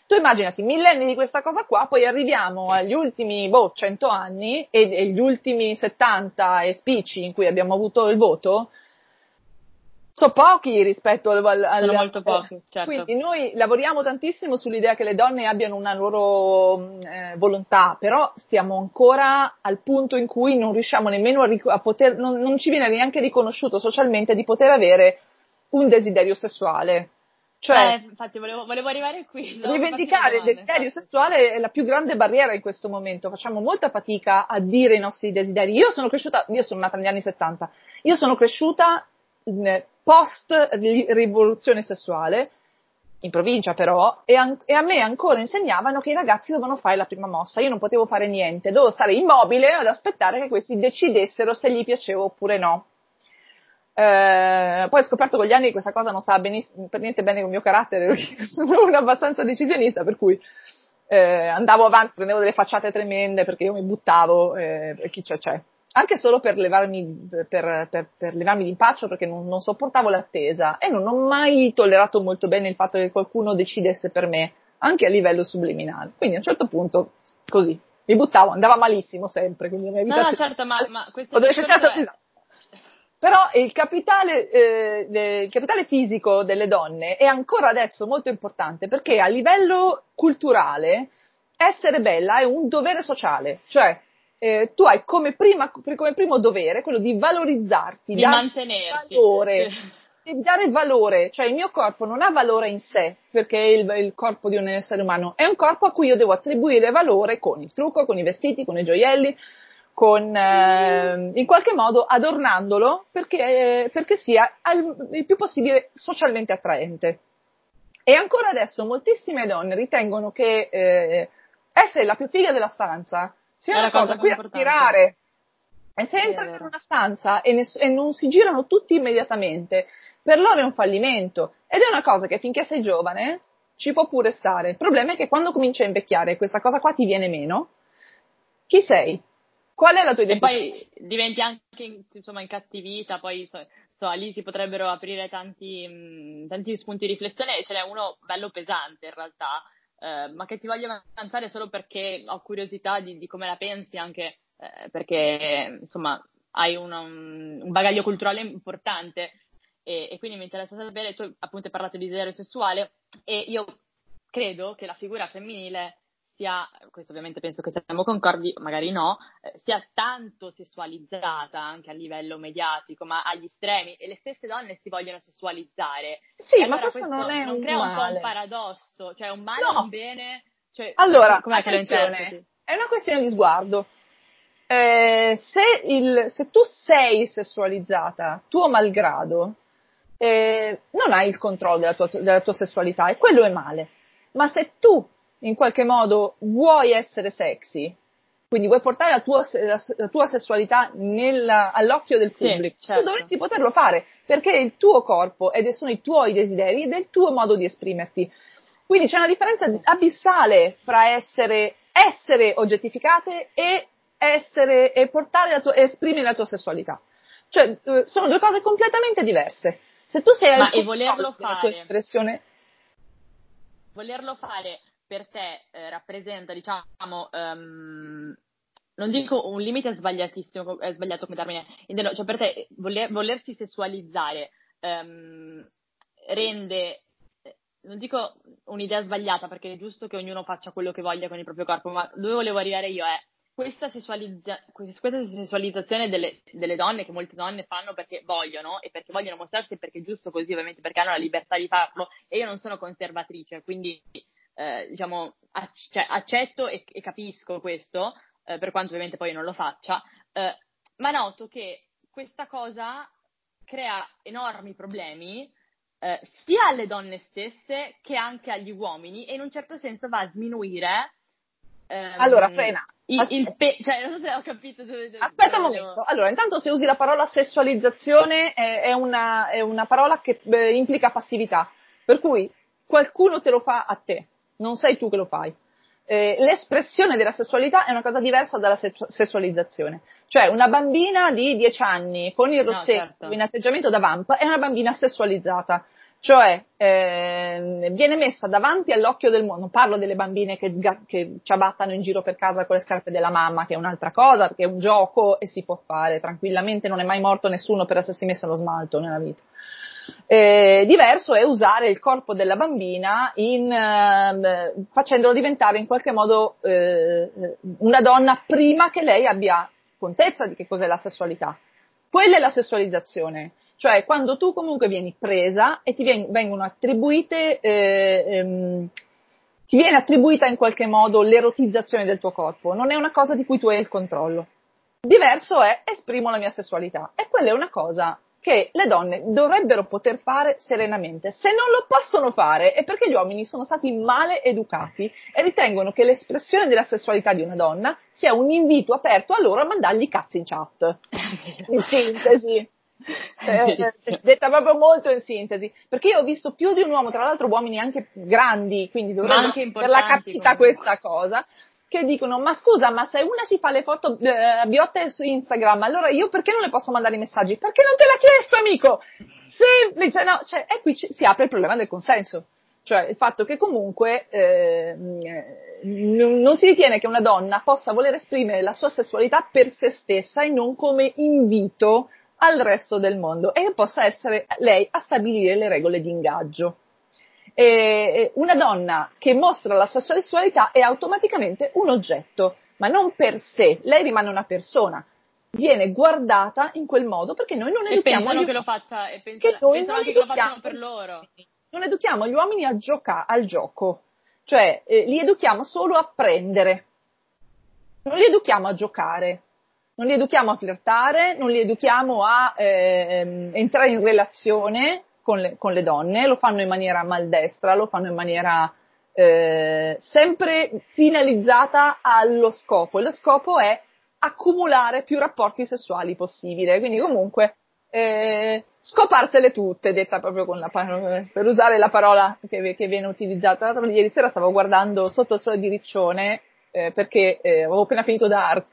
Tu immaginati, millenni di questa cosa qua, poi arriviamo agli ultimi, boh, cento anni e, e gli ultimi settanta e spicci in cui abbiamo avuto il voto, sono pochi rispetto al... al sono molto pochi, certo. Quindi noi lavoriamo tantissimo sull'idea che le donne abbiano una loro eh, volontà, però stiamo ancora al punto in cui non riusciamo nemmeno a, ric- a poter, non, non ci viene neanche riconosciuto socialmente di poter avere un desiderio sessuale. Cioè, eh, infatti volevo, volevo arrivare qui. Rivendicare il desiderio infatti. sessuale è la più grande barriera in questo momento, facciamo molta fatica a dire i nostri desideri. Io sono cresciuta, io sono nata negli anni settanta, io sono cresciuta post rivoluzione sessuale, in provincia però, e, an- e a me ancora insegnavano che i ragazzi dovevano fare la prima mossa, io non potevo fare niente, dovevo stare immobile ad aspettare che questi decidessero se gli piacevo oppure no. Eh, poi ho scoperto con gli anni che questa cosa non stava benissimo, per niente bene con il mio carattere, perché sono una abbastanza decisionista, per cui eh, andavo avanti, prendevo delle facciate tremende perché io mi buttavo, eh, chi c'è c'è. Anche solo per levarmi, per, per, per levarmi d'impaccio, perché non, non sopportavo l'attesa e non ho mai tollerato molto bene il fatto che qualcuno decidesse per me, anche a livello subliminale. Quindi a un certo punto, così, mi buttavo, andava malissimo sempre. Quindi la mia vita no, no, certo, ma, ma questo è è... Però il capitale, eh, il capitale fisico delle donne è ancora adesso molto importante, perché a livello culturale essere bella è un dovere sociale, cioè eh, tu hai come, prima, come primo dovere quello di valorizzarti, di mantenerti, valore, sì. di dare valore, cioè il mio corpo non ha valore in sé, perché è il, il corpo di un essere umano, è un corpo a cui io devo attribuire valore con il trucco, con i vestiti, con i gioielli, con eh, in qualche modo adornandolo perché, eh, perché sia al, il più possibile socialmente attraente. E ancora adesso moltissime donne ritengono che eh, essere la più figa della stanza sia è una cosa a cui aspirare. E se entrano in una stanza e, ne, e non si girano tutti immediatamente, per loro è un fallimento. Ed è una cosa che finché sei giovane ci può pure stare. Il problema è che quando cominci a invecchiare e questa cosa qua ti viene meno, chi sei? Qual è la tua identità? E poi diventi anche insomma incattivita, poi so, so, lì si potrebbero aprire tanti, mh, tanti spunti di riflessione, ce n'è uno bello pesante in realtà, eh, ma che ti voglio avanzare solo perché ho curiosità di, di come la pensi, anche eh, perché insomma hai una, un, un bagaglio culturale importante e, e quindi mi interessa sapere, tu appunto hai parlato di desiderio sessuale e io credo che la figura femminile sia, questo ovviamente penso che siamo concordi, magari no, eh, sia tanto sessualizzata anche a livello mediatico, ma agli estremi, e le stesse donne si vogliono sessualizzare. Sì, e allora ma questo, questo non è non un crea un po' un male. paradosso, cioè un male o No. un bene? Cioè, Allora, com'è che lo attenzione, interpreti? è una questione di sguardo. Eh, se, il, se tu sei sessualizzata, tuo malgrado, eh, non hai il controllo della tua, della tua sessualità e quello è male. Ma se tu in qualche modo vuoi essere sexy, quindi vuoi portare la tua, la, la tua sessualità nella, all'occhio del pubblico, sì, certo. tu dovresti poterlo fare, perché è il tuo corpo ed sono i tuoi desideri ed è il tuo modo di esprimerti. Quindi c'è una differenza sì. abissale fra essere, essere oggettificate e essere e portare la tua, esprimere la tua sessualità. Cioè, eh, sono due cose completamente diverse. Se tu sei Ma al e volerlo della tua fare, espressione, volerlo fare per te eh, rappresenta, diciamo, um, non dico un limite sbagliatissimo, è sbagliato come termine, intendo, cioè per te voler, volersi sessualizzare um, rende, non dico un'idea sbagliata perché è giusto che ognuno faccia quello che voglia con il proprio corpo, ma dove volevo arrivare io è questa, sessualizza- questa sessualizzazione delle, delle donne, che molte donne fanno perché vogliono e perché vogliono mostrarsi e perché è giusto così, ovviamente perché hanno la libertà di farlo, e io non sono conservatrice, quindi eh, diciamo acc- cioè, accetto e, e capisco questo, eh, per quanto ovviamente poi io non lo faccia, eh, ma noto che questa cosa crea enormi problemi eh, sia alle donne stesse che anche agli uomini, e in un certo senso va a sminuire ehm, allora frena. il, il pe- cioè non so se ho capito dove, dove, Aspetta dove un volevo... momento. Allora, intanto se usi la parola sessualizzazione è, è, una, è una parola che eh, implica passività, per cui qualcuno te lo fa a te, non sei tu che lo fai. Eh, l'espressione della sessualità è una cosa diversa dalla se- sessualizzazione. Cioè, una bambina di dieci anni con il No, rossetto certo. in atteggiamento da vamp è una bambina sessualizzata. Cioè, eh, viene messa davanti all'occhio del mondo. Non parlo delle bambine che, che ciabattano in giro per casa con le scarpe della mamma, che è un'altra cosa, perché è un gioco e si può fare tranquillamente, non è mai morto nessuno per essersi messo lo smalto nella vita. Eh, diverso è usare il corpo della bambina in, eh, facendolo diventare in qualche modo eh, una donna prima che lei abbia contezza di che cos'è la sessualità. Quella è la sessualizzazione, cioè quando tu comunque vieni presa e ti vengono attribuite, eh, ehm, ti viene attribuita in qualche modo l'erotizzazione del tuo corpo, non è una cosa di cui tu hai il controllo. Diverso è esprimo la mia sessualità, e quella è una cosa che le donne dovrebbero poter fare serenamente. Se non lo possono fare è perché gli uomini sono stati male educati e ritengono che l'espressione della sessualità di una donna sia un invito aperto a loro a mandargli cazzi in chat. In sintesi. Eh, detta proprio molto in sintesi, perché io ho visto più di un uomo, tra l'altro uomini anche grandi, quindi dovrebbero averla capita questa cosa, che dicono: ma scusa, ma se una si fa le foto eh, biotte su Instagram, allora io perché non le posso mandare i messaggi? Perché non te l'ha chiesto, amico? Semplice, no? Cioè, e qui ci, si apre il problema del consenso, cioè il fatto che comunque eh, non si ritiene che una donna possa voler esprimere la sua sessualità per se stessa e non come invito al resto del mondo, e che possa essere lei a stabilire le regole di ingaggio. E una donna che mostra la sua sessualità è automaticamente un oggetto, ma non per sé, lei rimane una persona, viene guardata in quel modo perché noi non educhiamo e pensano gli... che lo faccia e che pensano, noi pensano non anche che lo educhiamo... facciano per loro. Non educhiamo gli uomini a gioca- al gioco, cioè eh, li educhiamo solo a prendere, non li educhiamo a giocare. Non li educhiamo a flirtare, non li educhiamo a eh, entrare in relazione con le, con le donne, lo fanno in maniera maldestra, lo fanno in maniera eh, sempre finalizzata allo scopo, e lo scopo è accumulare più rapporti sessuali possibile, quindi comunque eh, scoparsele tutte, detta proprio con la parola, per usare la parola che, che viene utilizzata. Tra l'altro ieri sera stavo guardando Sotto il sole di Riccione, Eh, perché eh, avevo appena finito Dark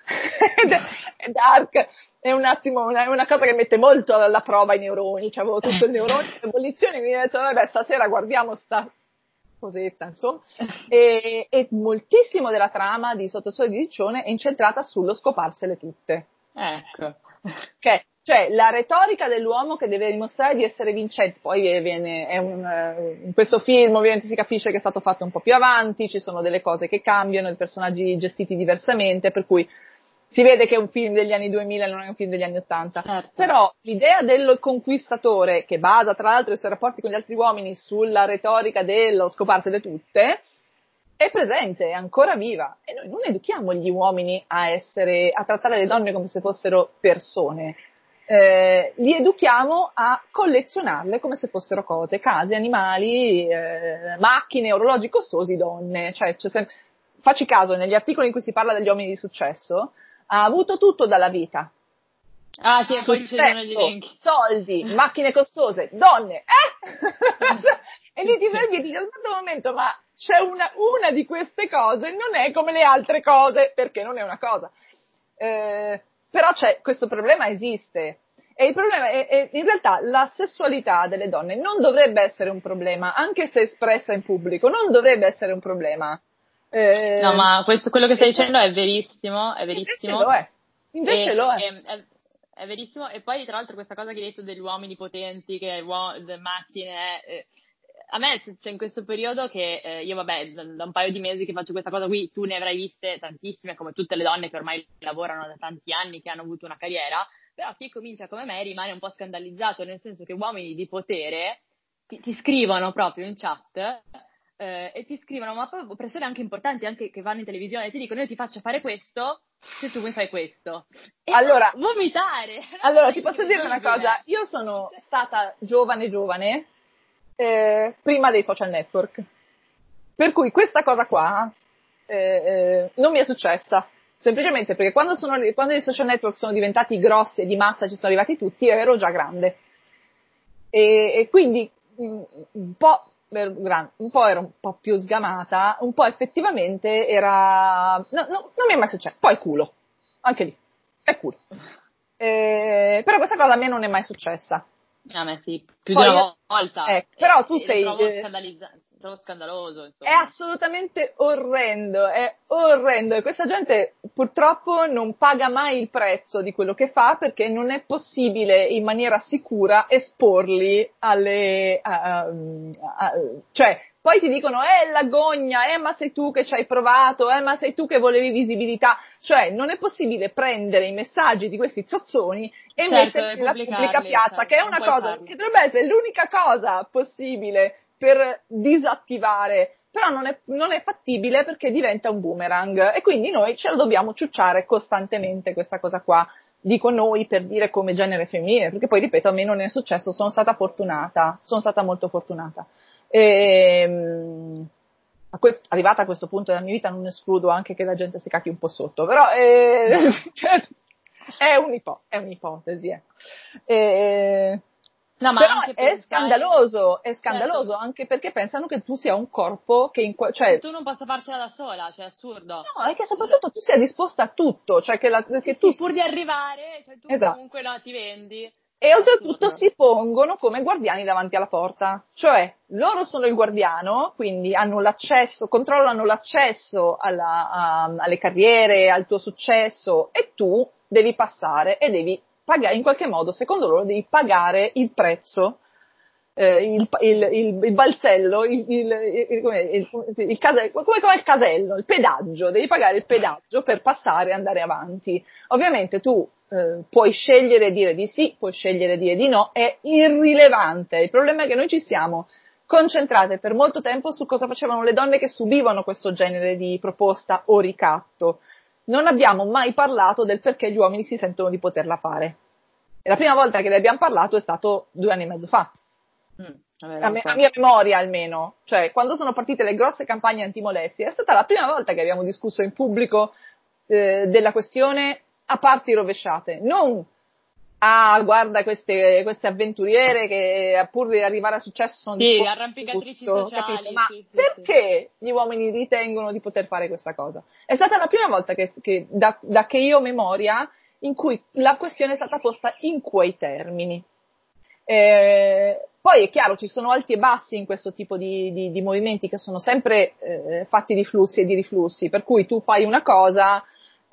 e Dark è un attimo una, una cosa che mette molto alla prova i neuroni, cioè avevo tutto il neurone in ebollizione, quindi ho detto vabbè, stasera guardiamo sta cosetta, insomma, e, e moltissimo della trama di Sotto il sole di Riccione è incentrata sullo scoparsele tutte, ecco, che cioè la retorica dell'uomo che deve dimostrare di essere vincente. Poi viene, è un, in questo film ovviamente si capisce che è stato fatto un po' più avanti, ci sono delle cose che cambiano, i personaggi gestiti diversamente, per cui si vede che è un film degli anni duemila, non è un film degli anni ottanta. certo. Però l'idea del conquistatore, che basa tra l'altro i suoi rapporti con gli altri uomini sulla retorica dello scoparsele tutte, è presente, è ancora viva, e noi non educhiamo gli uomini a essere, a trattare le donne come se fossero persone. Eh, li educhiamo a collezionarle come se fossero cose, case, animali, eh, macchine, orologi costosi, donne. Cioè, c'è sempre... Facci caso, negli articoli in cui si parla degli uomini di successo, ha avuto tutto dalla vita. Ah sì, e poi ci sono gli elenchi. Soldi, macchine costose, donne, eh? E lì ti fermi e dici, aspetta un momento, ma c'è una, una di queste cose non è come le altre cose, perché non è una cosa. Eh, però c'è, questo problema esiste, e il problema è, è, in realtà la sessualità delle donne non dovrebbe essere un problema, anche se espressa in pubblico, non dovrebbe essere un problema. Eh, no, ma questo, quello che stai dicendo è verissimo, è verissimo. Invece lo è, invece e, lo è. è, è. È verissimo, e poi tra l'altro questa cosa che hai detto degli uomini potenti, che uo- delle macchine, eh, a me c'è in questo periodo che eh, io vabbè da, da un paio di mesi che faccio questa cosa qui, tu ne avrai viste tantissime, come tutte le donne che ormai lavorano da tanti anni, che hanno avuto una carriera, però chi comincia come me rimane un po' scandalizzato, nel senso che uomini di potere ti, ti scrivono proprio in chat eh, e ti scrivono, ma proprio persone anche importanti, anche che vanno in televisione, e ti dicono io ti faccio fare questo se tu mi fai questo. E allora, vomitare! Allora, ti posso dire una cosa, io sono stata giovane giovane eh, prima dei social network, per cui questa cosa qua eh, eh, non mi è successa, semplicemente perché quando, sono, quando i social network sono diventati grossi e di massa ci sono arrivati tutti, io ero già grande, e, e quindi un po', un po' ero un po' più sgamata, un po' effettivamente era, no, no, non mi è mai successo, poi culo, anche lì, è culo. Eh, però questa cosa a me non è mai successa. A me sì, più Poi di una io- volta. eh, però E- tu e sei... Lo trovo, eh, scandalizza- trovo scandaloso, È insomma. assolutamente orrendo, è orrendo e questa gente purtroppo non paga mai il prezzo di quello che fa perché non è possibile in maniera sicura esporli alle... a- a- cioè, poi ti dicono, eh, la gogna, eh, ma sei tu che ci hai provato, eh, ma sei tu che volevi visibilità. Cioè, non è possibile prendere i messaggi di questi zozzoni e Certo, e metterli nella pubblica pubblicarli, piazza, che certo, è non una puoi cosa, farlo. che dovrebbe essere l'unica cosa possibile per disattivare, però non è, non è fattibile perché diventa un boomerang e quindi noi ce lo dobbiamo ciucciare costantemente questa cosa qua. Dico noi per dire come genere femminile, perché poi ripeto, a me non è successo, sono stata fortunata, sono stata molto fortunata. E, a quest- arrivata a questo punto della mia vita non escludo anche che la gente si cacchi un po' sotto, però eh, è, un'ipo- è un'ipotesi. Eh. E, No, ma però anche è pensare, scandaloso, è scandaloso certo, anche perché pensano che tu sia un corpo che in qua- che cioè tu non possa farcela da sola, cioè assurdo. no, è che L- soprattutto tu sia disposta a tutto, cioè che, la, sì, che tu sì, pur di arrivare, cioè tu esatto. comunque no, ti vendi. E oltretutto Assurdo. si pongono come guardiani davanti alla porta, cioè loro sono il guardiano, quindi hanno l'accesso, controllano l'accesso alla, a- alle carriere, al tuo successo e tu devi passare e devi pagare, in qualche modo, secondo loro, devi pagare il prezzo, eh, il, il, il, il balzello, il, il, il, come, il, il case- come, come il casello, il pedaggio, devi pagare il pedaggio per passare e andare avanti. Ovviamente tu eh, puoi scegliere e dire di sì, puoi scegliere e dire di no, è irrilevante. Il problema è che noi ci siamo concentrate per molto tempo su cosa facevano le donne che subivano questo genere di proposta o ricatto. Non abbiamo mai parlato del perché gli uomini si sentono di poterla fare. E la prima volta che ne abbiamo parlato è stato due anni e mezzo fa. Mm, vabbè, A, un me, a po'. mia memoria almeno, cioè quando sono partite le grosse campagne antimolestie è stata la prima volta che abbiamo discusso in pubblico eh, della questione a parti rovesciate, non ah guarda queste, queste avventuriere che pur di arrivare a successo sono Sì, disposte a arrampicatrici tutto, capito? sociali, Ma sì, sì, sì. perché gli uomini ritengono di poter fare questa cosa? È stata la prima volta che, che da, da che io ho memoria in cui la questione è stata posta in quei termini. Eh, poi è chiaro, ci sono alti e bassi in questo tipo di, di, di movimenti che sono sempre eh, fatti di flussi e di riflussi, per cui tu fai una cosa,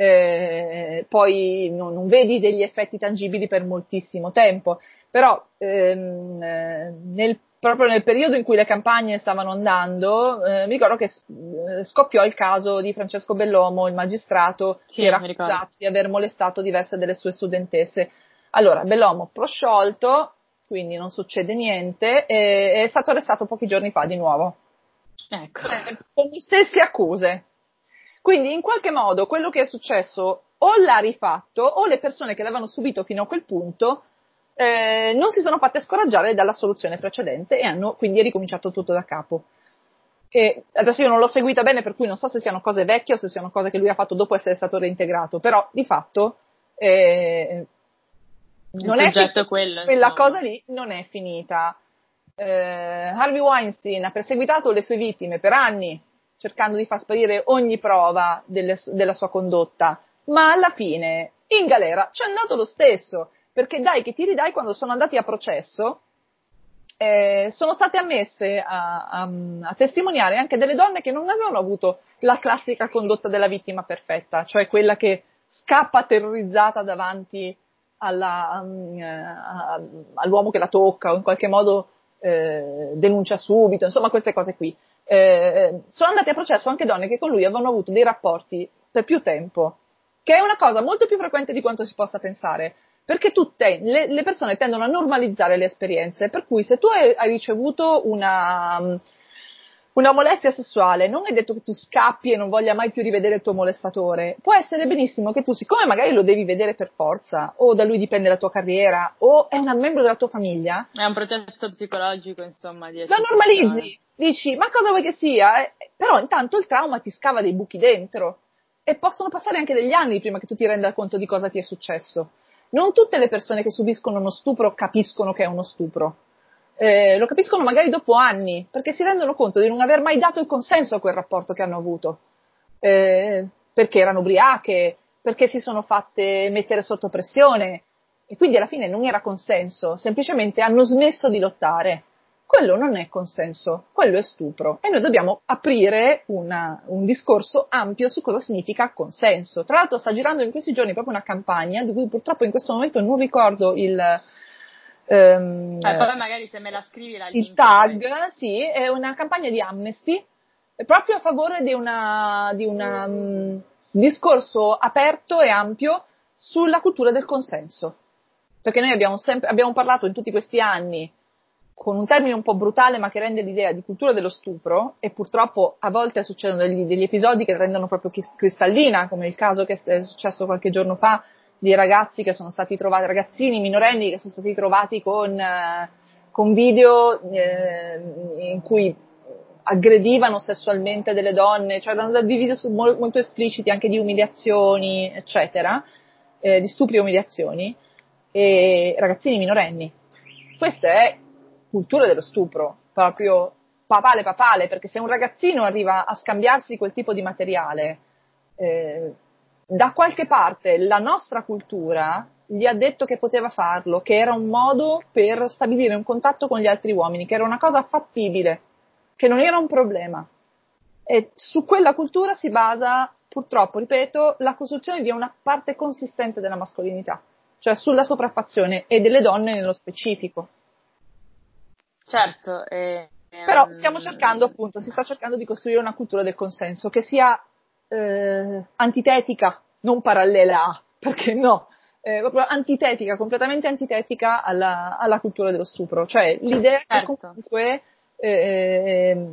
eh, poi non, non vedi degli effetti tangibili per moltissimo tempo, però ehm, eh, nel, proprio nel periodo in cui le campagne stavano andando, eh, mi ricordo che eh, scoppiò il caso di Francesco Bellomo, il magistrato, Sì, che era mi ricordo. accusato di aver molestato diverse delle sue studentesse. Allora, Bellomo prosciolto, quindi non succede niente, e è stato arrestato pochi giorni fa di nuovo, Ecco. eh, con le stesse accuse. Quindi in qualche modo quello che è successo o l'ha rifatto o le persone che l'avevano subito fino a quel punto eh, non si sono fatte scoraggiare dalla soluzione precedente e hanno quindi ricominciato tutto da capo. E adesso io non l'ho seguita bene, per cui non so se siano cose vecchie o se siano cose che lui ha fatto dopo essere stato reintegrato, però di fatto eh, Il non è soggetto finita, è quello, quella insomma. cosa lì non è finita. Eh, Harvey Weinstein ha perseguitato le sue vittime per anni, cercando di far sparire ogni prova delle- della sua condotta, ma alla fine in galera ci è andato lo stesso, perché dai che ti ridai quando sono andati a processo, eh, sono state ammesse a, a, a testimoniare anche delle donne che non avevano avuto la classica condotta della vittima perfetta, cioè quella che scappa terrorizzata davanti alla, um, uh, all'uomo che la tocca o in qualche modo eh, denuncia subito, insomma queste cose qui. Eh, sono andate a processo anche donne che con lui avevano avuto dei rapporti per più tempo, che è una cosa molto più frequente di quanto si possa pensare, perché tutte le, le persone tendono a normalizzare le esperienze, per cui se tu hai, hai ricevuto una, una molestia sessuale, non è detto che tu scappi e non voglia mai più rivedere il tuo molestatore, può essere benissimo che tu, siccome magari lo devi vedere per forza, o da lui dipende la tua carriera, o è un membro della tua famiglia, È un processo psicologico, insomma, di la accettazione. normalizzi, dici ma cosa vuoi che sia? Eh, però intanto il trauma ti scava dei buchi dentro e possono passare anche degli anni prima che tu ti renda conto di cosa ti è successo. Non tutte le persone che subiscono uno stupro capiscono che è uno stupro. Eh, lo capiscono magari dopo anni, perché si rendono conto di non aver mai dato il consenso a quel rapporto che hanno avuto, eh, perché erano ubriache, perché si sono fatte mettere sotto pressione, e quindi alla fine non era consenso, semplicemente hanno smesso di lottare. Quello non è consenso, quello è stupro e noi dobbiamo aprire una, un discorso ampio su cosa significa consenso. Tra l'altro sta girando in questi giorni proprio una campagna di cui purtroppo in questo momento non ricordo il, ehm, eh, poi magari se me la scrivi la il link, tag, poi. sì, è una campagna di Amnesty proprio a favore di una, di una um, discorso aperto e ampio sulla cultura del consenso. Perché noi abbiamo sempre, abbiamo parlato in tutti questi anni con un termine un po' brutale ma che rende l'idea di cultura dello stupro, e purtroppo a volte succedono degli, degli episodi che rendono proprio cristallina, come il caso che è successo qualche giorno fa di ragazzi che sono stati trovati, ragazzini minorenni che sono stati trovati con, eh, con video eh, in cui aggredivano sessualmente delle donne, cioè erano dei video molto espliciti anche di umiliazioni, eccetera, eh, di stupri e umiliazioni, e ragazzini minorenni. Questa è cultura dello stupro, proprio papale papale, perché se un ragazzino arriva a scambiarsi quel tipo di materiale, eh, da qualche parte la nostra cultura gli ha detto che poteva farlo, che era un modo per stabilire un contatto con gli altri uomini, che era una cosa fattibile, che non era un problema. E su quella cultura si basa, purtroppo, ripeto, la costruzione di una parte consistente della mascolinità, cioè sulla sopraffazione, e delle donne nello specifico. Certo, eh, Però stiamo ehm... cercando, appunto, si sta cercando di costruire una cultura del consenso che sia eh, antitetica, non parallela a, perché no, eh, proprio antitetica, completamente antitetica alla, alla cultura dello stupro, cioè l'idea che certo. comunque eh,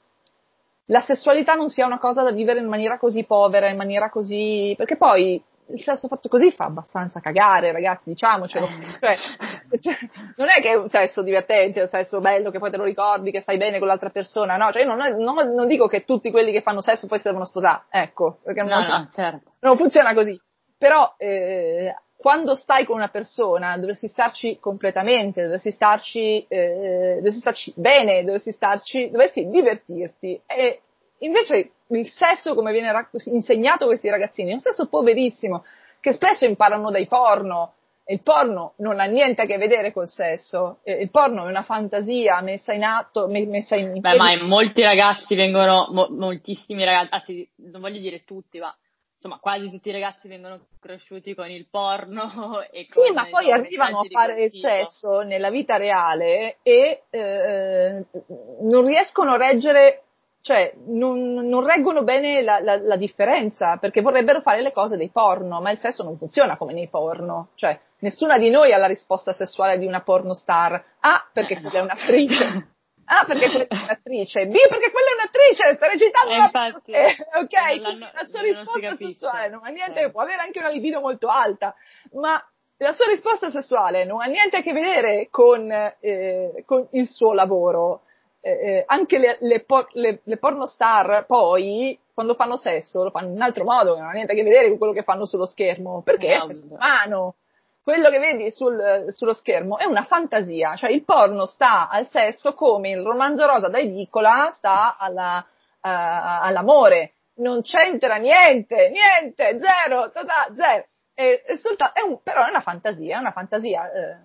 la sessualità non sia una cosa da vivere in maniera così povera, in maniera così, perché poi il sesso fatto così fa abbastanza cagare, ragazzi, diciamocelo. Cioè, cioè, non è che è un sesso divertente, è un sesso bello che poi te lo ricordi, che stai bene con l'altra persona, no? Cioè io non, è, non, non dico che tutti quelli che fanno sesso poi si devono sposare, ecco, perché no, non, no, certo. non funziona così. Però eh, quando stai con una persona dovresti starci completamente, dovresti starci, eh, dovresti starci bene, dovresti starci, dovresti divertirti. E invece il sesso, come viene insegnato a questi ragazzini, è un sesso poverissimo, che spesso imparano dai porno. Il porno non ha niente a che vedere col sesso, il porno è una fantasia messa in atto, messa in Beh, ma molti ragazzi vengono, mo, moltissimi ragazzi, anzi, non voglio dire tutti, ma insomma quasi tutti i ragazzi vengono cresciuti con il porno e con, sì, ma poi diciamo, arrivano a messaggi di fare quel il tipo. sesso nella vita reale e eh, non riescono a reggere, cioè non, non reggono bene la, la, la differenza, perché vorrebbero fare le cose dei porno, ma il sesso non funziona come nei porno, cioè nessuna di noi ha la risposta sessuale di una pornostar. A, perché Eh, quella è no. un'attrice. A, perché quella è un'attrice. B, perché quella è un'attrice, sta recitando Eh, una infatti, parte, e non ok? Quindi l'hanno, la sua non si risposta sessuale capisce. non ha niente, Certo. può avere anche una libido molto alta, ma la sua risposta sessuale non ha niente a che vedere con, eh, con il suo lavoro. Eh, eh, anche le, le, por- le, le pornostar poi, quando fanno sesso, lo fanno in un altro modo, che non ha niente a che vedere con quello che fanno sullo schermo, perché è sesso umano. Quello che vedi sul, sullo schermo è una fantasia, cioè il porno sta al sesso come il romanzo rosa da edicola sta alla, uh, all'amore. Non c'entra niente, niente, zero, totale, zero. È, è soltanto, è un, però è una fantasia, è una fantasia eh,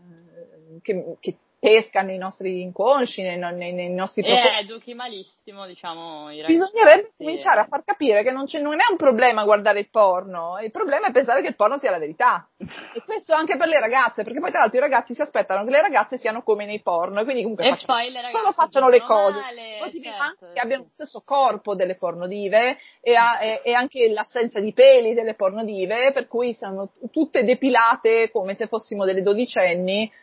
che, che pesca nei nostri inconsci, nei, nei, nei nostri E propositi. educhi malissimo, diciamo, i ragazzi. Bisognerebbe cominciare a E... far capire che non, c'è, non è un problema guardare il porno, il problema è pensare che il porno sia la verità. E questo anche per le ragazze, perché poi tra l'altro i ragazzi si aspettano che le ragazze siano come nei porno, e quindi comunque e facciano, poi le solo ragazze facciano le giocano cose, male, motivi anche che certo, abbiano sì. lo stesso corpo delle pornodive e, ha, e, e anche l'assenza di peli delle pornodive, per cui sono tutte depilate come se fossimo delle dodicenni.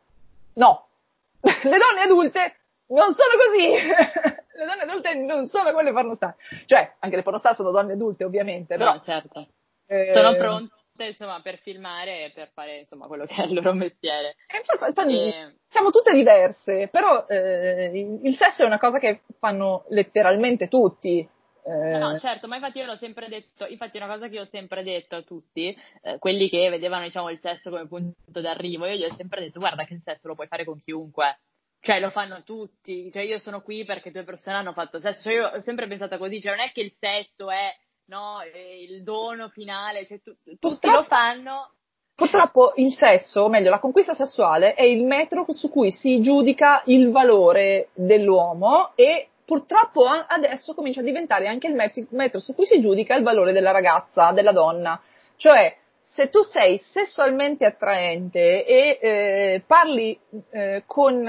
No, le donne adulte non sono così. Le donne adulte non sono quelle pornostar. Cioè, anche le pornostar sono donne adulte, ovviamente, però... No, certo. Sono Eh, pronte, insomma, per filmare e per fare, insomma, quello che è il loro mestiere. infatti, E... siamo tutte diverse, però eh, il, il sesso è una cosa che fanno letteralmente tutti. No, Eh, certo, ma infatti io l'ho sempre detto, infatti è una cosa che io ho sempre detto a tutti, eh, quelli che vedevano, diciamo, il sesso come punto d'arrivo, io gli ho sempre detto, guarda che il sesso lo puoi fare con chiunque, cioè lo fanno tutti, cioè io sono qui perché due persone hanno fatto sesso, cioè io ho sempre pensato così, cioè non è che il sesso è, no, è il dono finale, cioè tu, tutti lo purtroppo fanno. Purtroppo il sesso, o meglio la conquista sessuale, è il metro su cui si giudica il valore dell'uomo e purtroppo adesso comincia a diventare anche il metro su cui si giudica il valore della ragazza, della donna. Cioè, se tu sei sessualmente attraente e eh, parli eh, con,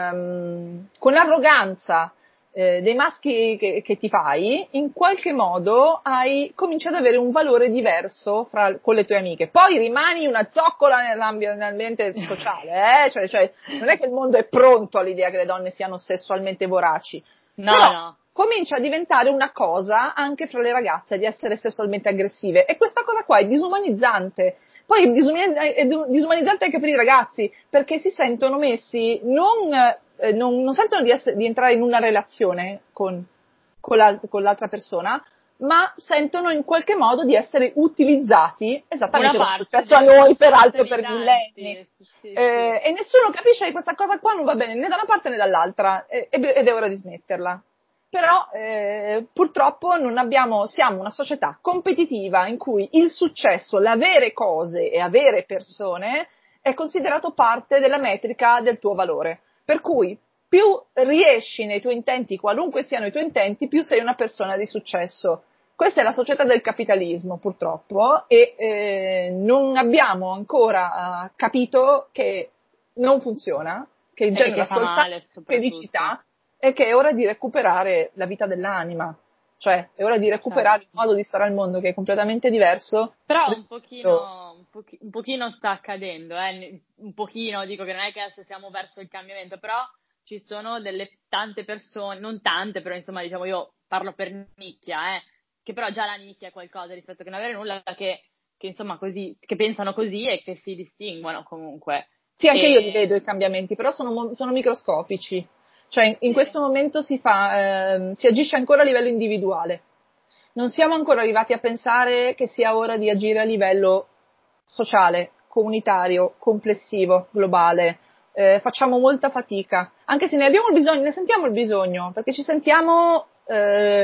ehm, con arroganza eh, dei maschi che, che ti fai, in qualche modo hai, cominci ad avere un valore diverso fra, con le tue amiche. Poi rimani una zoccola nell'ambiente sociale, eh? cioè, cioè, non è che il mondo è pronto all'idea che le donne siano sessualmente voraci. No, Però no. comincia a diventare una cosa anche fra le ragazze di essere sessualmente aggressive e questa cosa qua è disumanizzante. Poi è disumanizzante anche per i ragazzi perché si sentono messi non, eh, non, non sentono di, essere, di entrare in una relazione con, con, la, con l'altra persona, ma sentono in qualche modo di essere utilizzati esattamente come è successo a noi peraltro per millenni. Sì, sì, eh, sì. E nessuno capisce che questa cosa qua non va bene né da una parte né dall'altra ed è ora di smetterla. Però eh, purtroppo non abbiamo, siamo una società competitiva in cui il successo, l'avere cose e avere persone è considerato parte della metrica del tuo valore. Per cui più riesci nei tuoi intenti, qualunque siano i tuoi intenti, più sei una persona di successo. Questa è la società del capitalismo, purtroppo, e eh, non abbiamo ancora uh, capito che non funziona, che genera soltanto felicità e che è ora di recuperare la vita dell'anima. Cioè, è ora di recuperare certo. Il modo di stare al mondo che è completamente diverso. Però un pochino, un, pochi, un pochino sta accadendo, eh? Un pochino, dico che non è che adesso siamo verso il cambiamento, però ci sono delle tante persone, non tante, però insomma diciamo io parlo per nicchia, eh? Che però già la nicchia è qualcosa rispetto a non avere nulla, che, che insomma così, che pensano così e che si distinguono comunque. Sì, anche e... io li vedo i cambiamenti, però sono, sono microscopici. Cioè, in sì. questo momento si fa, eh, si agisce ancora a livello individuale. Non siamo ancora arrivati a pensare che sia ora di agire a livello sociale, comunitario, complessivo, globale. Eh, facciamo molta fatica, anche se ne abbiamo il bisogno, ne sentiamo il bisogno, perché ci sentiamo eh,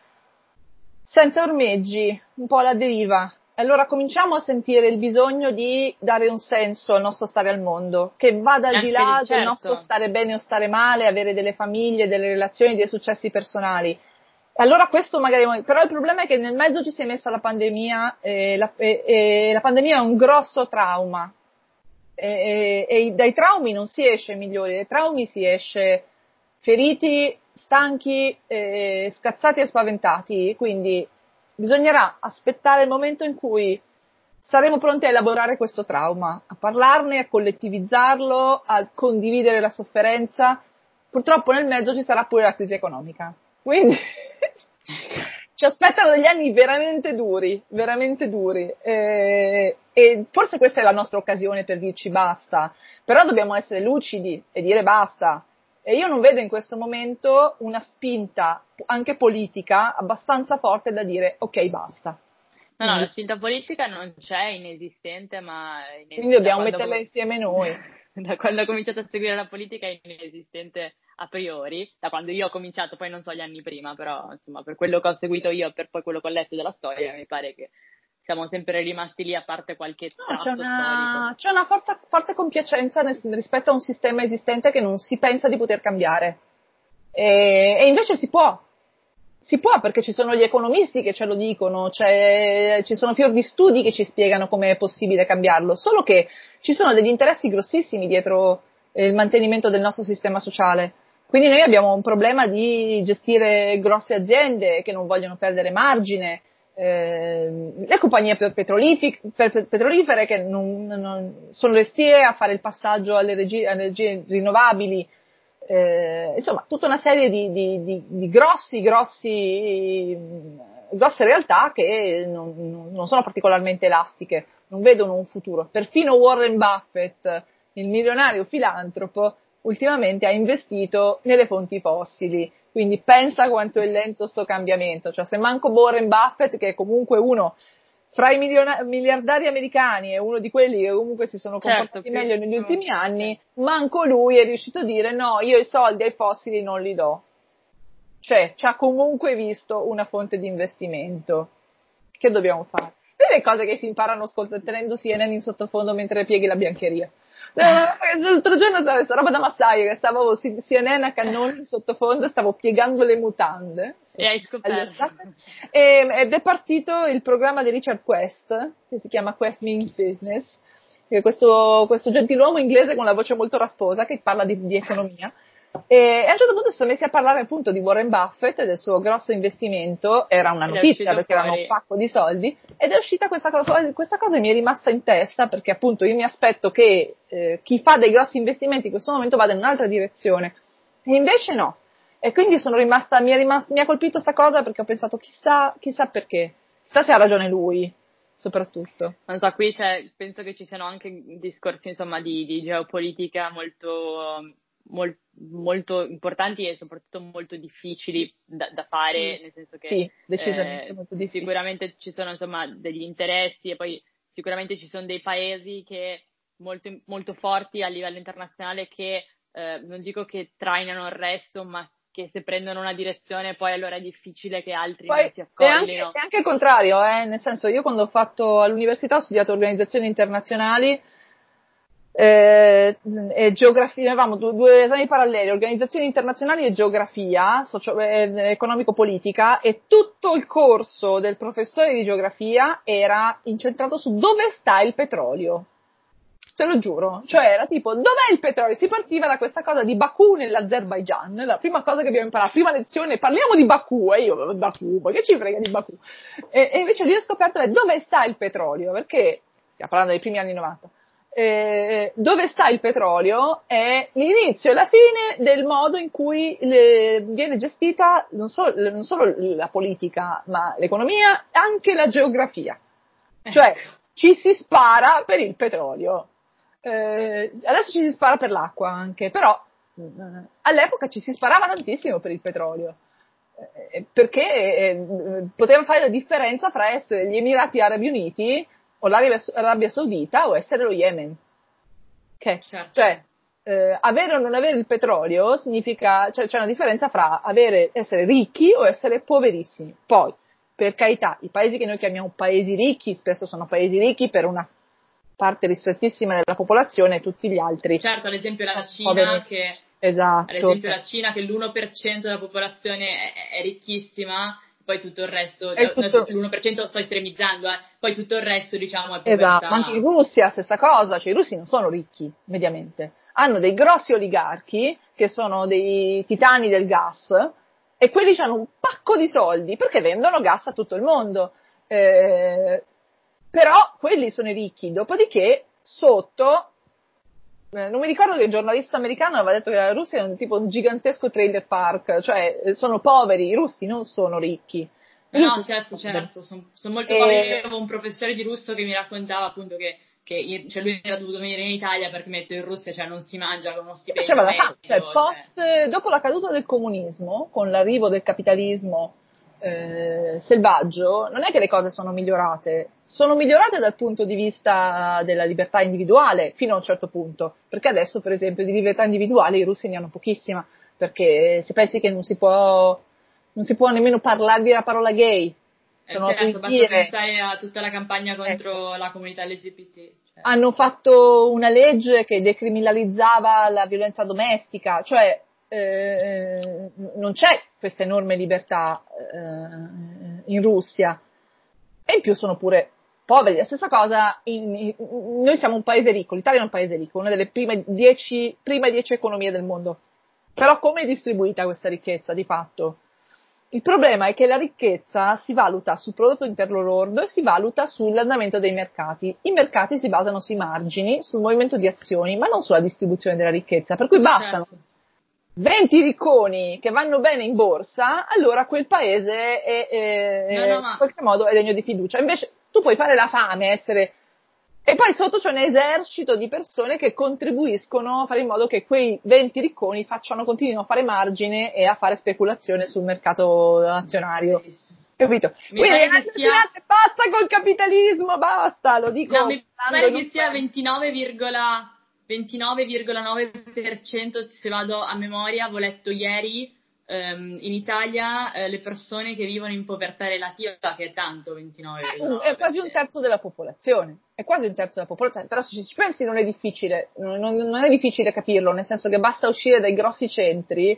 senza ormeggi, un po' alla deriva. Allora cominciamo a sentire il bisogno di dare un senso al nostro stare al mondo, che vada al di là certo. del nostro stare bene o stare male, avere delle famiglie, delle relazioni, dei successi personali. Allora questo magari, però il problema è che nel mezzo ci si è messa la pandemia e la, e, e la pandemia è un grosso trauma e, e, e dai traumi non si esce migliori, dai traumi si esce feriti, stanchi, eh, scazzati e spaventati, quindi bisognerà aspettare il momento in cui saremo pronti a elaborare questo trauma, a parlarne, a collettivizzarlo, a condividere la sofferenza. Purtroppo nel mezzo ci sarà pure la crisi economica, quindi ci aspettano degli anni veramente duri, veramente duri, eh, e forse questa è la nostra occasione per dirci basta, però dobbiamo essere lucidi e dire basta. E io non vedo in questo momento una spinta, anche politica, abbastanza forte da dire ok, basta. No, no, la spinta politica non c'è, inesistente, ma... Inesistente. Quindi dobbiamo metterla com- insieme noi. Da quando ho cominciato a seguire la politica è inesistente a priori, da quando io ho cominciato, poi non so gli anni prima, però insomma per quello che ho seguito io e per poi quello che ho letto della storia mi pare che siamo sempre rimasti lì a parte qualche no, tratto c'è una, storico. C'è una forza, forte compiacenza nel, rispetto a un sistema esistente che non si pensa di poter cambiare. E, e invece si può. Si può perché ci sono gli economisti che ce lo dicono, c'è, ci sono fior di studi che ci spiegano come è possibile cambiarlo, solo che ci sono degli interessi grossissimi dietro il mantenimento del nostro sistema sociale. Quindi noi abbiamo un problema di gestire grosse aziende che non vogliono perdere margine, eh, le compagnie petrolifere che non, non, sono restie a fare il passaggio alle energie, energie rinnovabili. Eh, insomma, tutta una serie di, di, di, di grossi, grossi, grosse realtà che non, non sono particolarmente elastiche, non vedono un futuro. Perfino Warren Buffett, il milionario filantropo, ultimamente ha investito nelle fonti fossili. Quindi pensa quanto è lento sto cambiamento. Cioè, se manco Warren Buffett, che è comunque uno fra i miliona- miliardari americani è uno di quelli che comunque si sono comportati certo, meglio negli ultimi anni, manco lui è riuscito a dire no, io i soldi ai fossili non li do. Cioè, ci ha comunque visto una fonte di investimento. Che dobbiamo fare? le cose che si imparano ascoltando, tenendo C N N in sottofondo mentre pieghi la biancheria. L'altro giorno questa roba da massaia, che stavo C N N a cannone in sottofondo, stavo piegando le mutande. E hai scoperto. E, ed è partito il programma di Richard Quest, che si chiama Quest Means Business, che è questo, questo gentiluomo inglese con la voce molto rasposa che parla di, di economia. E a un certo punto si sono messi a parlare appunto di Warren Buffett e del suo grosso investimento, era una notizia perché fuori. erano un pacco di soldi, ed è uscita questa cosa, questa cosa e mi è rimasta in testa perché appunto io mi aspetto che eh, chi fa dei grossi investimenti in questo momento vada in un'altra direzione, e invece no. E quindi sono rimasta, mi, è rimasta, mi ha colpito sta cosa perché ho pensato chissà, chissà perché, chissà se ha ragione lui, soprattutto. Non so, qui c'è, penso che ci siano anche discorsi insomma di, di geopolitica molto... Mol, molto importanti e soprattutto molto difficili da, da fare, sì, nel senso che sì, decisamente eh, molto difficili. Sicuramente ci sono insomma degli interessi e poi sicuramente ci sono dei paesi che molto, molto forti a livello internazionale che eh, non dico che trainano il resto, ma che se prendono una direzione poi allora è difficile che altri poi, non si accollino. È anche, è anche il contrario, eh? Nel senso, io quando ho fatto all'università ho studiato organizzazioni internazionali Eh, e geografia, avevamo due, due esami paralleli, organizzazioni internazionali e geografia socio, eh, economico-politica, e tutto il corso del professore di geografia era incentrato su dove sta il petrolio, te lo giuro, cioè era tipo dov'è il petrolio, si partiva da questa cosa di Baku nell'Azerbaigian, la prima cosa che abbiamo imparato, prima lezione, parliamo di Baku, e io Baku, ma che ci frega di Baku, e, e invece lì ho scoperto dove sta il petrolio, perché stiamo parlando dei primi anni novanta. Eh, dove sta il petrolio è l'inizio e la fine del modo in cui le, viene gestita non solo, non solo la politica, ma l'economia, anche la geografia. Cioè, ci si spara per il petrolio. Eh, adesso ci si spara per l'acqua anche, però eh, all'epoca ci si sparava tantissimo per il petrolio. Eh, perché eh, poteva fare la differenza fra essere gli Emirati Arabi Uniti o l'Arabia Saudita o essere lo Yemen. Okay. Certo. Cioè, eh, avere o non avere il petrolio significa, cioè c'è una differenza fra avere, essere ricchi o essere poverissimi. Poi, per carità, i paesi che noi chiamiamo paesi ricchi spesso sono paesi ricchi per una parte ristrettissima della popolazione e tutti gli altri. Certo, ad esempio la Cina che, esatto. ad esempio la Cina che l'uno per cento della popolazione è, è ricchissima, poi tutto il resto, tutto... l'uno per cento lo sto estremizzando, eh. Poi tutto il resto diciamo è povertà. Esatto, ma anche in Russia stessa cosa, cioè i russi non sono ricchi mediamente, hanno dei grossi oligarchi che sono dei titani del gas e quelli hanno un pacco di soldi perché vendono gas a tutto il mondo, eh, però quelli sono i ricchi, dopodiché sotto, eh, non mi ricordo che il giornalista americano aveva detto che la Russia è un tipo un gigantesco trailer park, cioè sono poveri, i russi non sono ricchi. No, no, certo, certo, sono son molto poveri. E... Io avevo un professore di russo che mi raccontava appunto che, che cioè lui era dovuto venire in Italia perché metto in Russia, cioè non si mangia con uno stipendio medio, medio, cioè, post, cioè... dopo la caduta del comunismo, con l'arrivo del capitalismo eh, selvaggio, non è che le cose sono migliorate, sono migliorate dal punto di vista della libertà individuale fino a un certo punto, perché adesso per esempio di libertà individuale i russi ne hanno pochissima, perché se pensi che non si può non si può nemmeno parlarvi la parola gay. Eh, certo, basta dire... pensare a tutta la campagna contro ecco. la comunità L G B T. Cioè. Hanno fatto una legge che decriminalizzava la violenza domestica, cioè eh, non c'è questa enorme libertà eh, in Russia. E in più sono pure poveri. La stessa cosa, in, in, noi siamo un paese ricco, l'Italia è un paese ricco, una delle prime dieci, prime dieci economie del mondo. Però come è distribuita questa ricchezza di fatto? Il problema è che la ricchezza si valuta sul prodotto interno lordo e si valuta sull'andamento dei mercati. I mercati si basano sui margini, sul movimento di azioni, ma non sulla distribuzione della ricchezza, per cui bastano certo. venti ricconi che vanno bene in borsa, allora quel paese è, è, no, no, ma... in qualche modo è degno di fiducia. Invece tu puoi fare la fame, essere... E poi sotto c'è un esercito di persone che contribuiscono a fare in modo che quei venti ricconi facciano, continuino a fare margine e a fare speculazione sul mercato azionario. Capito? Mi Quindi ragazzi, sia... basta col capitalismo, basta, lo dico. No, mi pare che sia ventinove virgola nove per cento se vado a memoria, avevo letto ieri, ehm, in Italia eh, le persone che vivono in povertà relativa, che è tanto ventinove virgola nove È quasi un terzo della popolazione, è quasi un terzo della popolazione, però se ci pensi non è difficile, non, non è difficile capirlo, nel senso che basta uscire dai grossi centri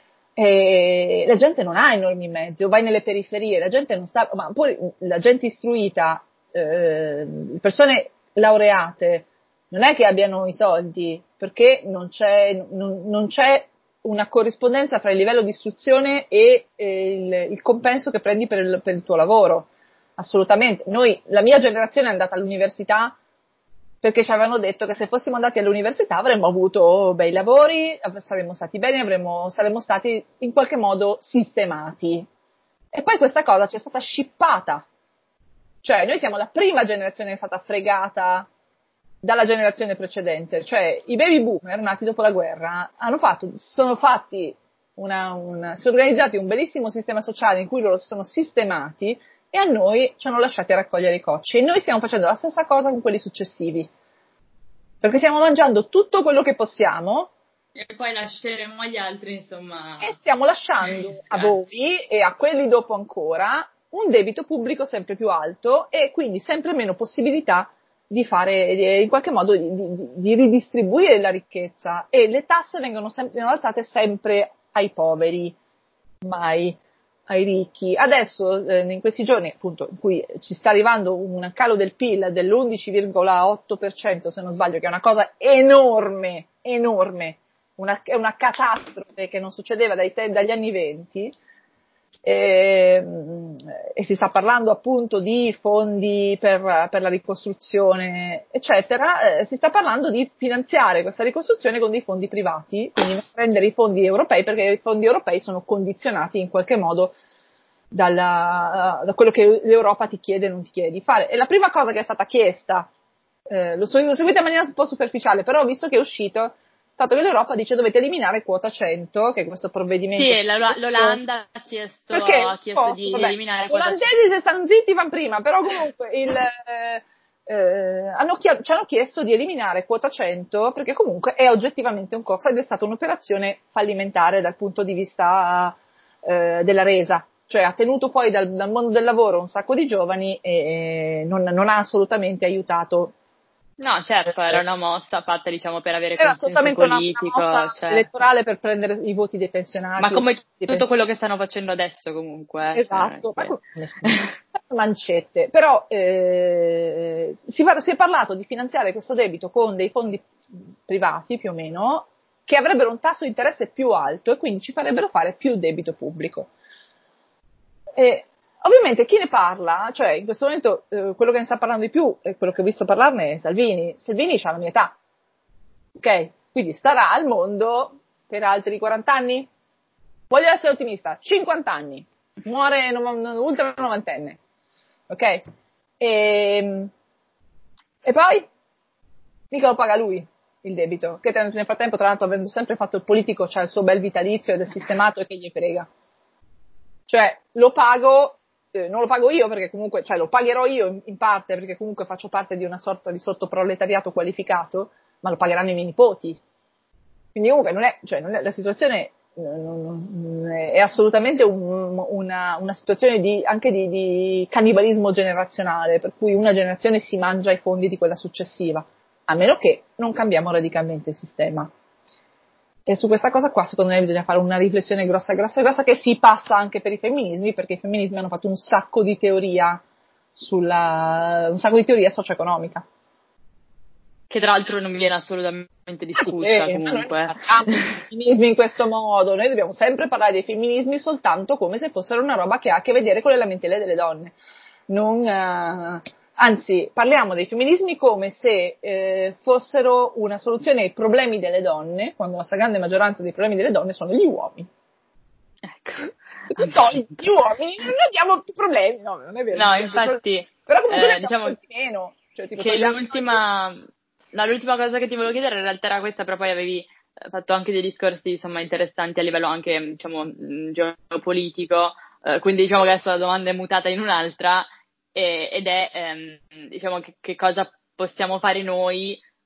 e la gente non ha enormi mezzi, o vai nelle periferie, la gente non sta, ma poi la gente istruita, eh, persone laureate, non è che abbiano i soldi, perché non c'è, non, non c'è una corrispondenza fra il livello di istruzione e eh, il, il compenso che prendi per il, per il tuo lavoro. Assolutamente. Noi, la mia generazione è andata all'università perché ci avevano detto che se fossimo andati all'università avremmo avuto bei lavori, saremmo stati bene, avremmo, saremmo stati in qualche modo sistemati. E poi questa cosa ci è stata scippata. Cioè, noi siamo la prima generazione che è stata fregata dalla generazione precedente. Cioè, i baby boomer nati dopo la guerra hanno fatto, sono fatti una, una, sono organizzati un bellissimo sistema sociale in cui loro si sono sistemati e a noi ci hanno lasciati a raccogliere i cocci. E noi stiamo facendo la stessa cosa con quelli successivi. Perché stiamo mangiando tutto quello che possiamo. E poi lasceremo agli altri, insomma. E stiamo lasciando a voi e a quelli dopo ancora un debito pubblico sempre più alto e quindi sempre meno possibilità di fare, in qualche modo, di, di, di ridistribuire la ricchezza. E le tasse vengono sempre alzate sempre ai poveri, mai ai ricchi. Adesso, eh, in questi giorni, appunto, in cui ci sta arrivando un calo del P I L dell'undici virgola otto per cento, se non sbaglio, che è una cosa enorme, enorme, una, è una catastrofe che non succedeva dai te, dagli anni venti, e, e si sta parlando appunto di fondi per, per la ricostruzione, eccetera, eh, si sta parlando di finanziare questa ricostruzione con dei fondi privati, quindi non prendere i fondi europei, perché i fondi europei sono condizionati in qualche modo dalla, da quello che l'Europa ti chiede e non ti chiede di fare. E la prima cosa che è stata chiesta, eh, lo, lo seguite in maniera un po' superficiale, però visto che è uscito il fatto che l'Europa dice dovete eliminare quota cento, che è questo provvedimento. Sì, l'Olanda ha chiesto, perché ha chiesto posso, di, vabbè, di eliminare gli quota cento. olandesi se stanno zitti vanno prima, però comunque il, eh, eh, hanno, ci hanno chiesto di eliminare quota cento perché comunque è oggettivamente un costo ed è stata un'operazione fallimentare dal punto di vista eh, della resa. Cioè ha tenuto fuori dal, dal mondo del lavoro un sacco di giovani e non, non ha assolutamente aiutato. No, certo, era una mossa fatta, diciamo, per avere Era consenso assolutamente politico, una, una mossa certo. elettorale per prendere i voti dei pensionati. Ma come tutto quello che stanno facendo adesso, comunque. Esatto, cioè, che... mancette. Però eh, si, si è parlato di finanziare questo debito con dei fondi privati, più o meno, che avrebbero un tasso di interesse più alto e quindi ci farebbero fare più debito pubblico. E, ovviamente chi ne parla, cioè in questo momento eh, quello che ne sta parlando di più e quello che ho visto parlarne è Salvini. Salvini ha la mia età, ok? Quindi starà al mondo per altri quaranta anni? Voglio essere ottimista, cinquanta anni, muore ultra novantenne, ok? E, e poi? Mica lo paga lui il debito, che nel frattempo tra l'altro avendo sempre fatto il politico c'ha il suo bel vitalizio ed è sistemato e che gli frega. Cioè lo pago, eh, non lo pago io perché comunque, cioè lo pagherò io in, in parte perché comunque faccio parte di una sorta di sottoproletariato qualificato, ma lo pagheranno i miei nipoti. Quindi comunque non è, cioè non è, la situazione è assolutamente un, una, una situazione di, anche di, di cannibalismo generazionale, per cui una generazione si mangia i fondi di quella successiva, a meno che non cambiamo radicalmente il sistema. E su questa cosa qua secondo me bisogna fare una riflessione grossa, grossa, grossa, che si passa anche per i femminismi, perché i femminismi hanno fatto un sacco di teoria sulla, un sacco di teoria socio-economica. Che tra l'altro non viene assolutamente discussa, eh, comunque. Noi parliamo dei femminismi in questo modo, noi dobbiamo sempre parlare dei femminismi soltanto come se fossero una roba che ha a che vedere con le lamentele delle donne. Non, uh, anzi, parliamo dei femminismi come se eh, fossero una soluzione ai problemi delle donne, quando la stragrande maggioranza dei problemi delle donne sono gli uomini. Ecco. Se tu togli gli uomini non abbiamo più problemi, no, non è vero. No, infatti, però comunque eh, diciamo di meno. Cioè, tipo, che l'ultima... No, l'ultima cosa che ti volevo chiedere in realtà era questa, però poi avevi fatto anche dei discorsi insomma interessanti a livello anche diciamo geopolitico, eh, quindi diciamo che adesso la domanda è mutata in un'altra e, ed è ehm, diciamo che, che cosa possiamo fare noi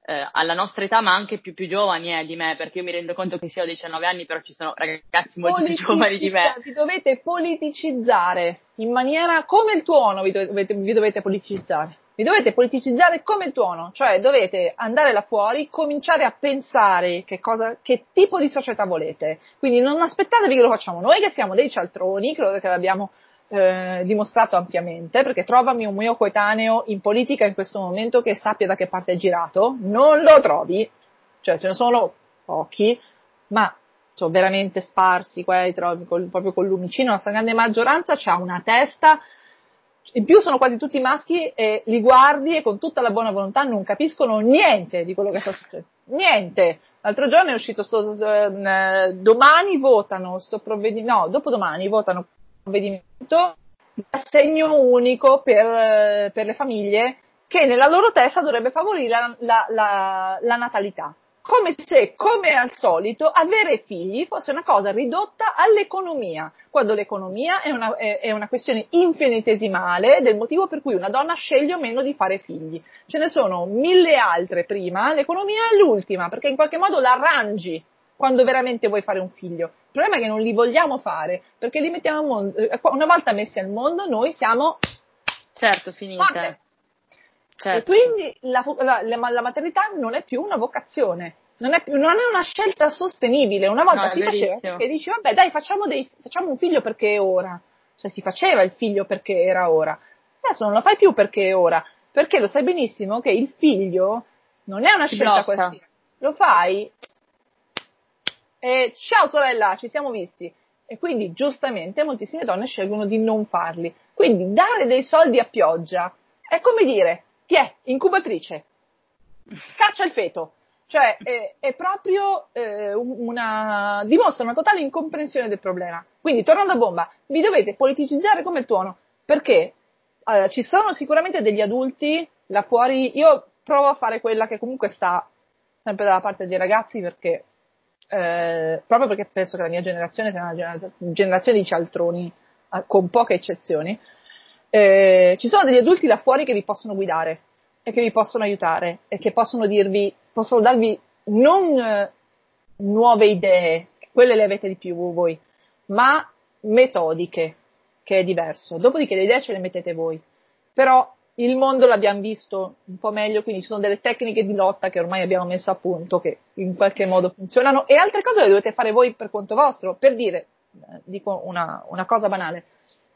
eh, alla nostra età, ma anche più più giovani eh, di me, perché io mi rendo conto che sia ho diciannove anni, però ci sono ragazzi molto più giovani di me. Vi dovete politicizzare in maniera come il tuono, vi dovete, vi dovete politicizzare. Vi dovete politicizzare come il tuono, cioè dovete andare là fuori, cominciare a pensare che cosa, che tipo di società volete. Quindi non aspettatevi che lo facciamo noi, che siamo dei cialtroni, credo che l'abbiamo eh, dimostrato ampiamente, perché trovami un mio coetaneo in politica in questo momento che sappia da che parte è girato, non lo trovi, cioè ce ne sono pochi, ma sono veramente sparsi, qua li trovi col, proprio con lumicino, la stragrande maggioranza c'ha una testa. In più sono quasi tutti maschi e li guardi e con tutta la buona volontà non capiscono niente di quello che sta succedendo. Niente. L'altro giorno è uscito sto, eh, domani votano sto provvedimento, no, dopodomani votano provvedimento di assegno unico per, per le famiglie che nella loro testa dovrebbe favorire la, la, la, la natalità. Come se, come al solito, avere figli fosse una cosa ridotta all'economia, quando l'economia è una, è, è una questione infinitesimale del motivo per cui una donna sceglie o meno di fare figli. Ce ne sono mille altre prima, l'economia è l'ultima, perché in qualche modo l'arrangi quando veramente vuoi fare un figlio. Il problema è che non li vogliamo fare, perché li mettiamo al mondo, una volta messi al mondo noi siamo... Certo, finite. Certo. E quindi la, la, la maternità non è più una vocazione, non è, più, non è una scelta sostenibile. Una volta no, si faceva perché dici vabbè dai facciamo, dei, facciamo un figlio perché è ora, cioè si faceva il figlio perché era ora, adesso non lo fai più perché è ora, perché lo sai benissimo che il figlio non è una si scelta blocca. qualsiasi, lo fai e ciao sorella ci siamo visti, e quindi giustamente moltissime donne scelgono di non farli. Quindi dare dei soldi a pioggia è come dire ti è, incubatrice, caccia il feto, cioè è, è proprio eh, una, dimostra una totale incomprensione del problema. Quindi tornando a bomba, vi dovete politicizzare come il tuono, perché allora, ci sono sicuramente degli adulti là fuori, io provo a fare quella che comunque sta sempre dalla parte dei ragazzi, perché eh, proprio perché penso che la mia generazione sia una gener- generazione di cialtroni, con poche eccezioni. Eh, ci sono degli adulti là fuori che vi possono guidare e che vi possono aiutare e che possono dirvi, possono darvi non eh, nuove idee, quelle le avete di più voi, ma metodiche, che è diverso. Dopodiché le idee ce le mettete voi, però il mondo l'abbiamo visto un po' meglio, quindi ci sono delle tecniche di lotta che ormai abbiamo messo a punto, che in qualche modo funzionano, e altre cose le dovete fare voi per conto vostro. Per dire, eh, dico una, una cosa banale,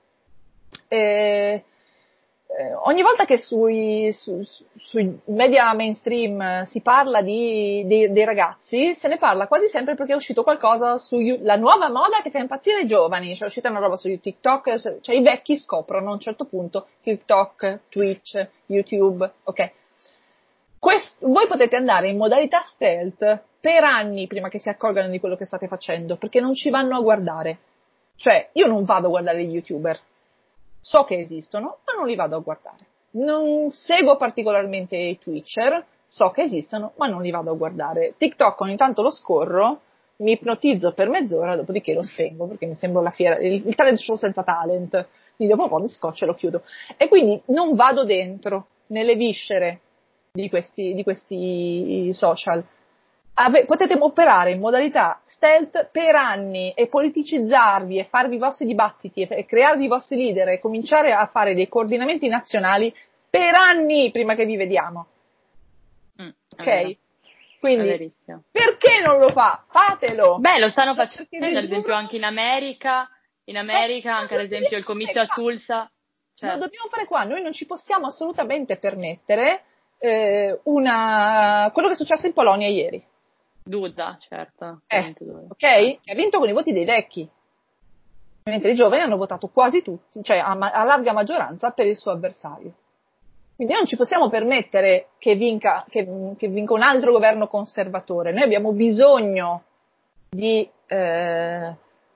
Eh, eh, ogni volta che sui, su, sui media mainstream si parla di, di, dei ragazzi, se ne parla quasi sempre perché è uscito qualcosa su la nuova moda che fa impazzire i giovani, cioè è uscita una roba su TikTok, cioè i vecchi scoprono a un certo punto TikTok, Twitch, YouTube, ok? Quest, voi potete andare in modalità stealth per anni prima che si accorgano di quello che state facendo, perché non ci vanno a guardare. Cioè, io non vado a guardare gli YouTuber. So che esistono, ma non li vado a guardare. Non seguo particolarmente i Twitcher, so che esistono, ma non li vado a guardare. TikTok ogni tanto lo scorro, mi ipnotizzo per mezz'ora, dopodiché lo spengo, perché mi sembra la fiera, il, il talent show senza talent. Quindi dopo un po' mi scoccio e lo chiudo. E quindi non vado dentro, nelle viscere di questi, di questi social. Ave, potete operare in modalità stealth per anni e politicizzarvi e farvi i vostri dibattiti e, e crearvi i vostri leader e cominciare a fare dei coordinamenti nazionali per anni prima che vi vediamo. Mm, ok? Quindi, è perché non lo fa? Fatelo! Beh, lo stanno facendo, ad giuro... esempio, anche in America, in America, anche ad esempio il comizio a Tulsa. Cioè. Lo dobbiamo fare qua, noi non ci possiamo assolutamente permettere eh, una... quello che è successo in Polonia ieri. Duda, certo. Eh, ok? Che ha vinto con i voti dei vecchi, mentre i giovani hanno votato quasi tutti, cioè a, ma- a larga maggioranza per il suo avversario. Quindi non ci possiamo permettere che vinca, che, che vinca un altro governo conservatore. Noi abbiamo bisogno di eh,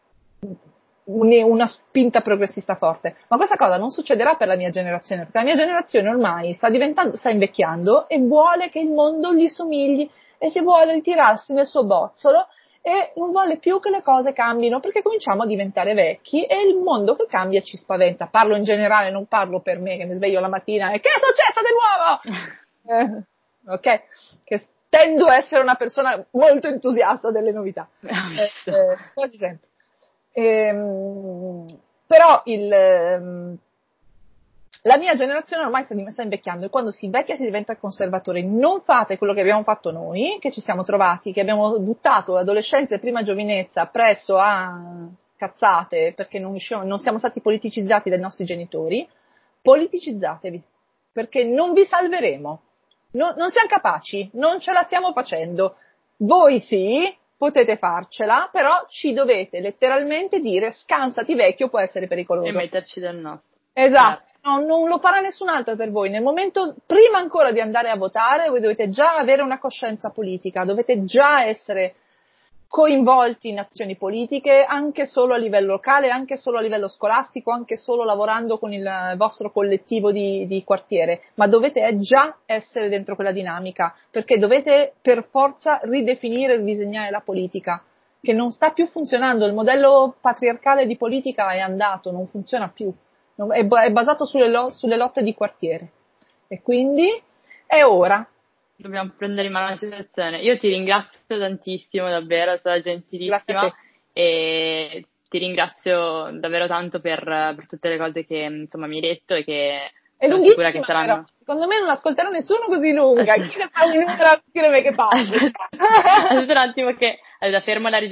una spinta progressista forte. Ma questa cosa non succederà per la mia generazione, perché la mia generazione ormai sta diventando, sta invecchiando e vuole che il mondo gli somigli e si vuole ritirarsi nel suo bozzolo e non vuole più che le cose cambino, perché cominciamo a diventare vecchi e il mondo che cambia ci spaventa. Parlo in generale, non parlo per me che mi sveglio la mattina e che è successo di nuovo? eh. ok? Che tendo a essere una persona molto entusiasta delle novità, eh, eh, quasi sempre. Ehm, però il, ehm, la mia generazione ormai sta, sta invecchiando e quando si invecchia si diventa conservatori. Non fate quello che abbiamo fatto noi, che ci siamo trovati, che abbiamo buttato l'adolescenza e prima giovinezza presso a cazzate perché non, non siamo stati politicizzati dai nostri genitori. Politicizzatevi, perché non vi salveremo. No, non siamo capaci, non ce la stiamo facendo. Voi sì, potete farcela, però ci dovete letteralmente dire scansati vecchio, può essere pericoloso. E metterci del nostro. Esatto, no, non lo farà nessun altro per voi. Nel momento, prima ancora di andare a votare, voi dovete già avere una coscienza politica, dovete già essere coinvolti in azioni politiche, anche solo a livello locale, anche solo a livello scolastico, anche solo lavorando con il vostro collettivo di, di quartiere, ma dovete già essere dentro quella dinamica, perché dovete per forza ridefinire e ridisegnare la politica, che non sta più funzionando, il modello patriarcale di politica è andato, non funziona più, è basato sulle, lo, sulle lotte di quartiere, e quindi è ora. Dobbiamo prendere in mano la situazione. Io ti ringrazio tantissimo, davvero, sei stata gentilissima e ti ringrazio davvero tanto per, per tutte le cose che insomma mi hai detto e che è sono sicura che saranno. Però. Secondo me non ascolterà nessuno così lunga. Chi ne fa un'ora a dire me che parli? Aspetta un attimo che allora, fermo la registrazione.